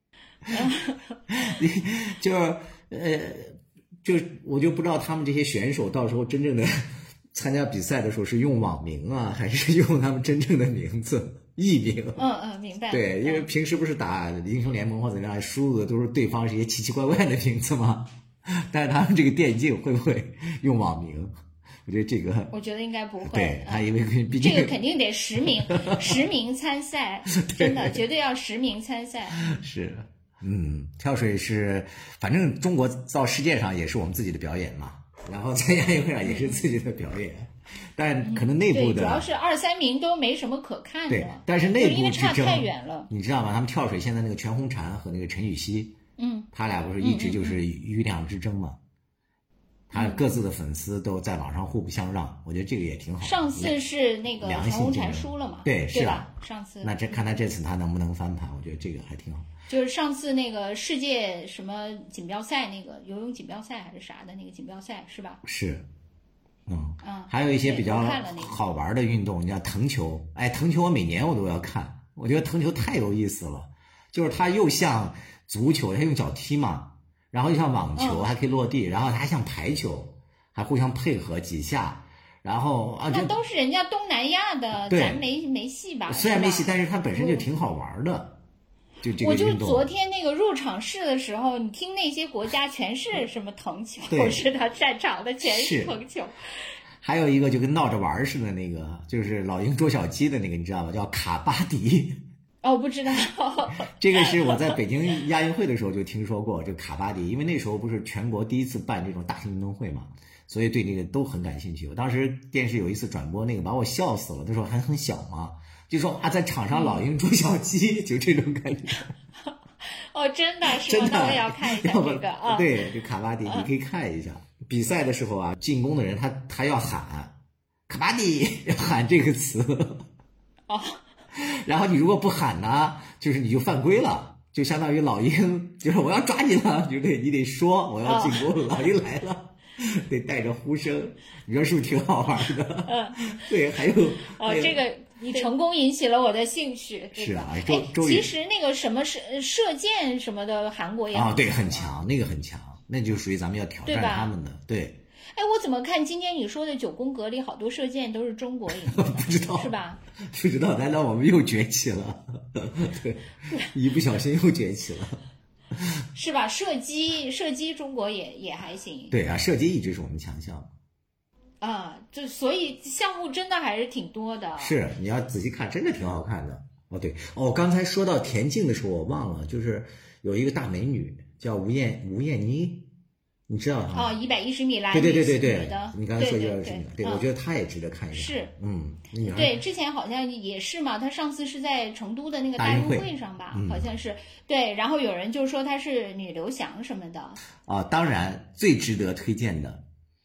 就是我就不知道他们这些选手到时候真正的参加比赛的时候是用网名啊，还是用他们真正的名字艺名？ 明白。 对，因为平时不是打英雄联盟或者怎么样，输入的都是对方是一些奇奇怪怪的名字吗？但是他们这个电竞会不会用网名？我觉得这个， 我觉得应该不会。 对，他因为毕竟这个肯定得实名参赛，真的绝对要实名参赛。 是。跳水是，反正中国到世界上也是我们自己的表演嘛，然后在亚运会上也是自己的表演，但可能内部的主要是2、3名都没什么可看的。 对，但是内部因为差太远了， 你知道吗？他们跳水现在那个全红婵和那个陈芋汐，他俩不是一直就是余量之争嘛？他各自的粉丝都在网上互不相让，我觉得这个也挺好。 上次是那个全红婵输了嘛？ 对，是吧？上次那看他这次他能不能翻盘，我觉得这个还挺好。 就是上次那个世界什么锦标赛，那个游泳锦标赛还是啥的那个锦标赛是吧？ 是，还有一些比较好玩的运动，你像藤球，藤球我每年我都要看，我觉得藤球太有意思了，就是它又像足球，它用脚踢嘛。然后就像网球还可以落地，然后它还像排球，还互相配合几下，然后那都是人家东南亚的，咱没戏吧？ 虽然没戏，但是它本身就挺好玩的。就这个我就昨天那个入场式的时候，你听那些国家全是什么藤球，是他擅长的全是藤球。 还有一个就跟闹着玩似的那个，就是老鹰捉小鸡的那个，你知道吧？叫卡巴迪。 哦，不知道。 这个是我在北京亚运会的时候就听说过这个卡巴迪，因为那时候不是全国第一次办这种大型运动会嘛，所以对这个都很感兴趣。我当时电视有一次转播那个，把我笑死了。那时候还很小嘛，就说在场上老鹰捉小鸡，就这种感觉。 哦，真的是吗？那我也要看一下这个啊。 对，这卡巴迪你可以看一下。比赛的时候啊，进攻的人他要喊卡巴迪，要喊这个词。 哦。 然后你如果不喊呢，就是你就犯规了，就相当于老鹰，就是我要抓你了，你得说我要进攻了，老鹰来了，得带着呼声，你说是不是挺好玩的？对，还有这个你成功引起了我的兴趣。 是啊， 其实那个什么射箭什么的，韩国也对，很强，那个很强，那就属于咱们要挑战他们的，对。 我怎么看今天你说的9宫格里好多射箭都是中国赢的？ 不知道是吧？ 不知道，难道我们又崛起了？对，一不小心又崛起了， 是吧？射击中国也还行。 对啊，射击一直是我们强项啊，所以项目真的还是挺多的。 是，你要仔细看，真的挺好看的。对，刚才说到田径的时候，我忘了，就是有一个大美女叫吴艳妮。你知道哈 ？110米栏， 对， 你刚才说110米，对，我觉得她也值得看一下。 是，对，之前好像也是嘛，她上次是在成都的那个大运会上吧，好像是对，然后有人就说她是女刘翔什么的。 当然最值得推荐的，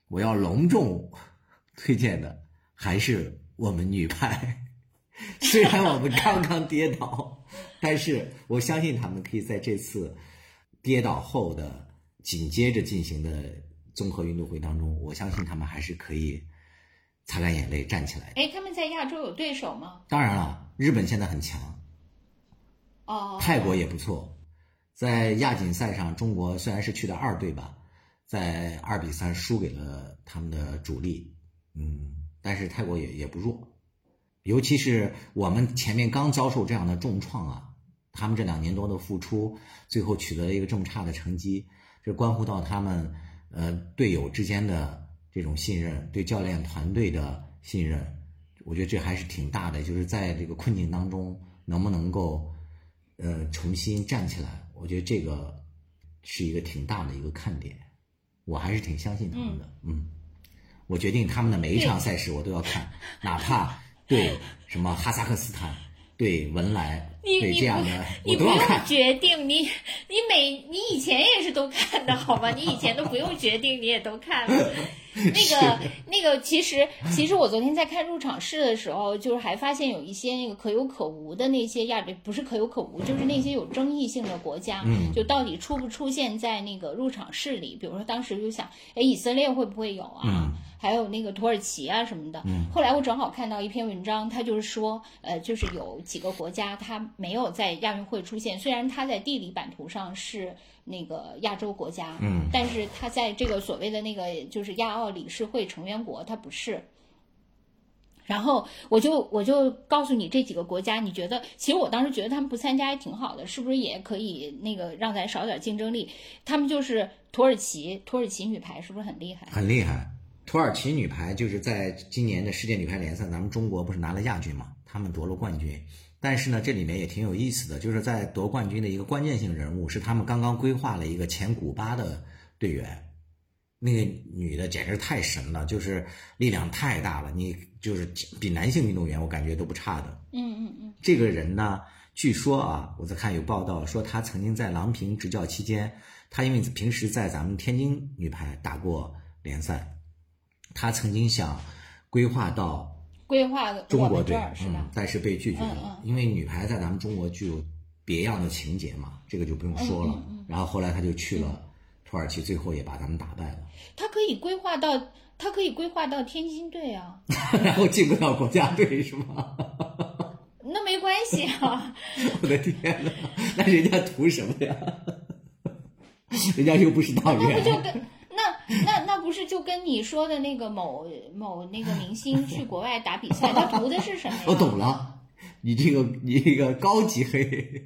我要隆重推荐的还是我们女排。虽然我们刚刚跌倒，但是我相信他们可以在这次跌倒后的紧接着进行的综合运动会当中，我相信他们还是可以擦干眼泪站起来的。 他们在亚洲有对手吗？ 当然了，日本现在很强，泰国也不错。在亚锦赛上，中国虽然是去的2队吧，在2-3输给了他们的主力，但是泰国也不弱。尤其是我们前面刚遭受这样的重创啊，他们这2年多的付出，最后取得了一个这么差的成绩，这关乎到他们队友之间的这种信任，对教练团队的信任，我觉得这还是挺大的。就是在这个困境当中，能不能够重新站起来，我觉得这个是一个挺大的一个看点。我还是挺相信他们的。我决定他们的每一场赛事我都要看，哪怕对什么哈萨克斯坦、对文莱、对这样的我都要看。 你不用决定，你以前也是都看的好吧？你以前都不用决定，你也都看了。那个，其实我昨天在看入场式的时候，就是还发现有一些那个可有可无的那些不是可有可无，就是那些有争议性的国家，就到底出不出现在那个入场式里？比如说当时就想，以色列会不会有啊？还有那个土耳其啊什么的。后来我正好看到一篇文章，他就是说，就是有几个国家它没有在亚运会出现，虽然它在地理版图上是那个亚洲国家，但是它在这个所谓的那个就是亚奥理事会成员国，它不是。然后我就告诉你这几个国家，你觉得其实我当时觉得他们不参加也挺好的，是不是也可以那个让咱少点竞争力？他们就是土耳其女排是不是很厉害？ 很厉害。土耳其女排就是在今年的世界女排联赛，咱们中国不是拿了亚军嘛，他们夺了冠军。但是呢，这里面也挺有意思的，就是在夺冠军的一个关键性人物是他们刚刚规划了一个前古巴的队员，那个女的简直太神了，就是力量太大了，你就是比男性运动员我感觉都不差的。这个人呢，据说啊，我在看有报道说他曾经在郎平执教期间，他因为平时在咱们天津女排打过联赛，他曾经想规划中国队，但是被拒绝了，因为女排在咱们中国具有别样的情节嘛，这个就不用说了。然后后来他就去了土耳其，最后也把他们打败了。 他可以规划到天津队啊， 然后进不了国家队是吗？ 那没关系啊。 我的天哪，那人家图什么呀？人家又不是党员。 那不是就跟你说的那个某那个明星去国外打比赛，他图的是什么呀？ 我懂了，你这个高级黑，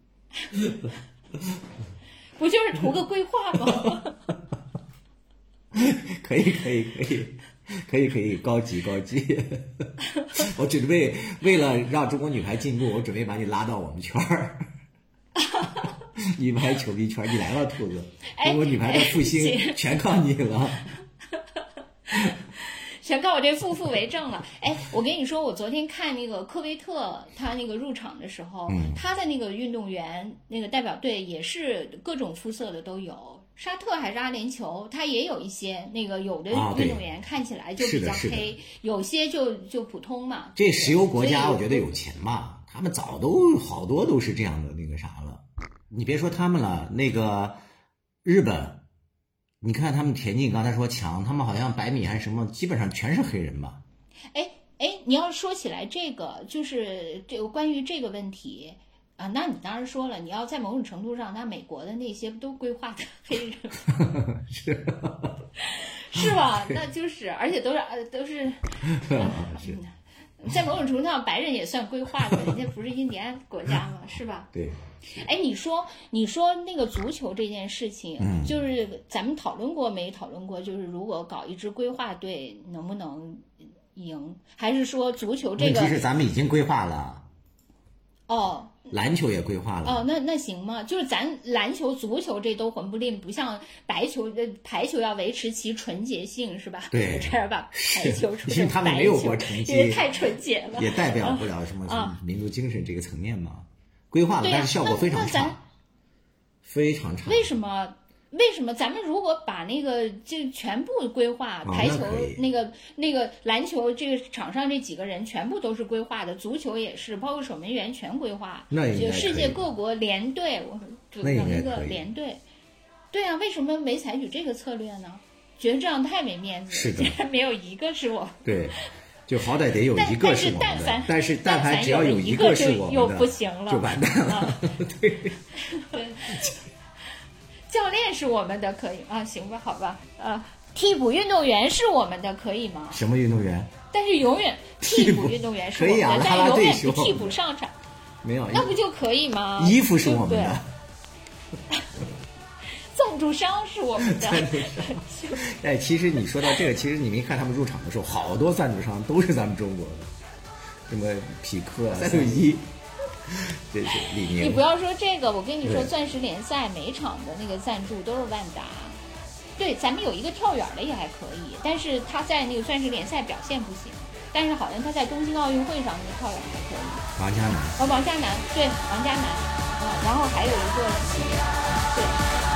不就是图个规划吗？ 可以，高级。我准备为了让中国女排进步，我准备把你拉到我们圈儿。女排球迷圈，你来了，兔子！中国女排的复兴全靠你了， 全靠我这负为正了。我跟你说，我昨天看那个科威特他那个入场的时候，他的那个运动员那个代表队也是各种肤色的都有。沙特还是阿联酋，他也有一些那个有的运动员看起来就比较黑，有些就普通嘛。 这石油国家我觉得有钱嘛，他们早都好多都是这样的那个啥了。你别说他们了，那个日本，你看他们田径刚才说强，他们好像100米还是什么，基本上全是黑人吧？ 你要说起来这个，就是这个关于这个问题啊，那你当然说了，你要在某种程度上，那美国的那些不都规划的黑人是吧？那就是，而且都是是。在某种程度上，白人也算规划的，人家不是印第安国家嘛，是吧？ 对。 你说那个足球这件事情，就是咱们讨论过没讨论过？就是如果搞一支规划队，能不能赢？还是说足球这个？ 问题是咱们已经规划了。篮球也规划了。 那行吗？就是咱篮球、足球这都混不吝，不像排球要维持其纯洁性，是吧？ 对， 差点把排球出成他们没有过成绩， 因为太纯洁了， 也代表不了什么民族精神这个层面嘛。规划了，但是效果非常差，非常差。 为什么？ 为什么咱们如果把那个就全部规划，排球那个篮球这个场上这几个人全部都是规划的，足球也是，包括守门员全规划， 那应该就世界各国联队，我组成一个联队。对啊，为什么没采取这个策略呢？觉得这样太没面子了， 是的， 竟然没有一个是我。 对，就好歹得有一个是我们的，但是但凡只要有一个是我们的， 又不行了， 就完蛋了。对。 教练是我们的可以啊，行吧，好吧，替补运动员是我们的可以吗？ 什么运动员？ 但是永远替补运动员是我们的，但是永远不替补上场。 没有， 那不就可以吗？ 衣服是我们的， 赞助商是我们的。 哎，其实你说到这个，其实你们一看他们入场的时候，好多赞助商都是咱们中国的，什么匹克、361。这是理念。 你不要说这个，我跟你说，钻石联赛每场的那个赞助都是万达。对，咱们有一个跳远的也还可以，但是他在那个钻石联赛表现不行，但是好像他在东京奥运会上那个跳远还可以。 王嘉男。 王嘉男，对，王嘉男，然后还有一个，对。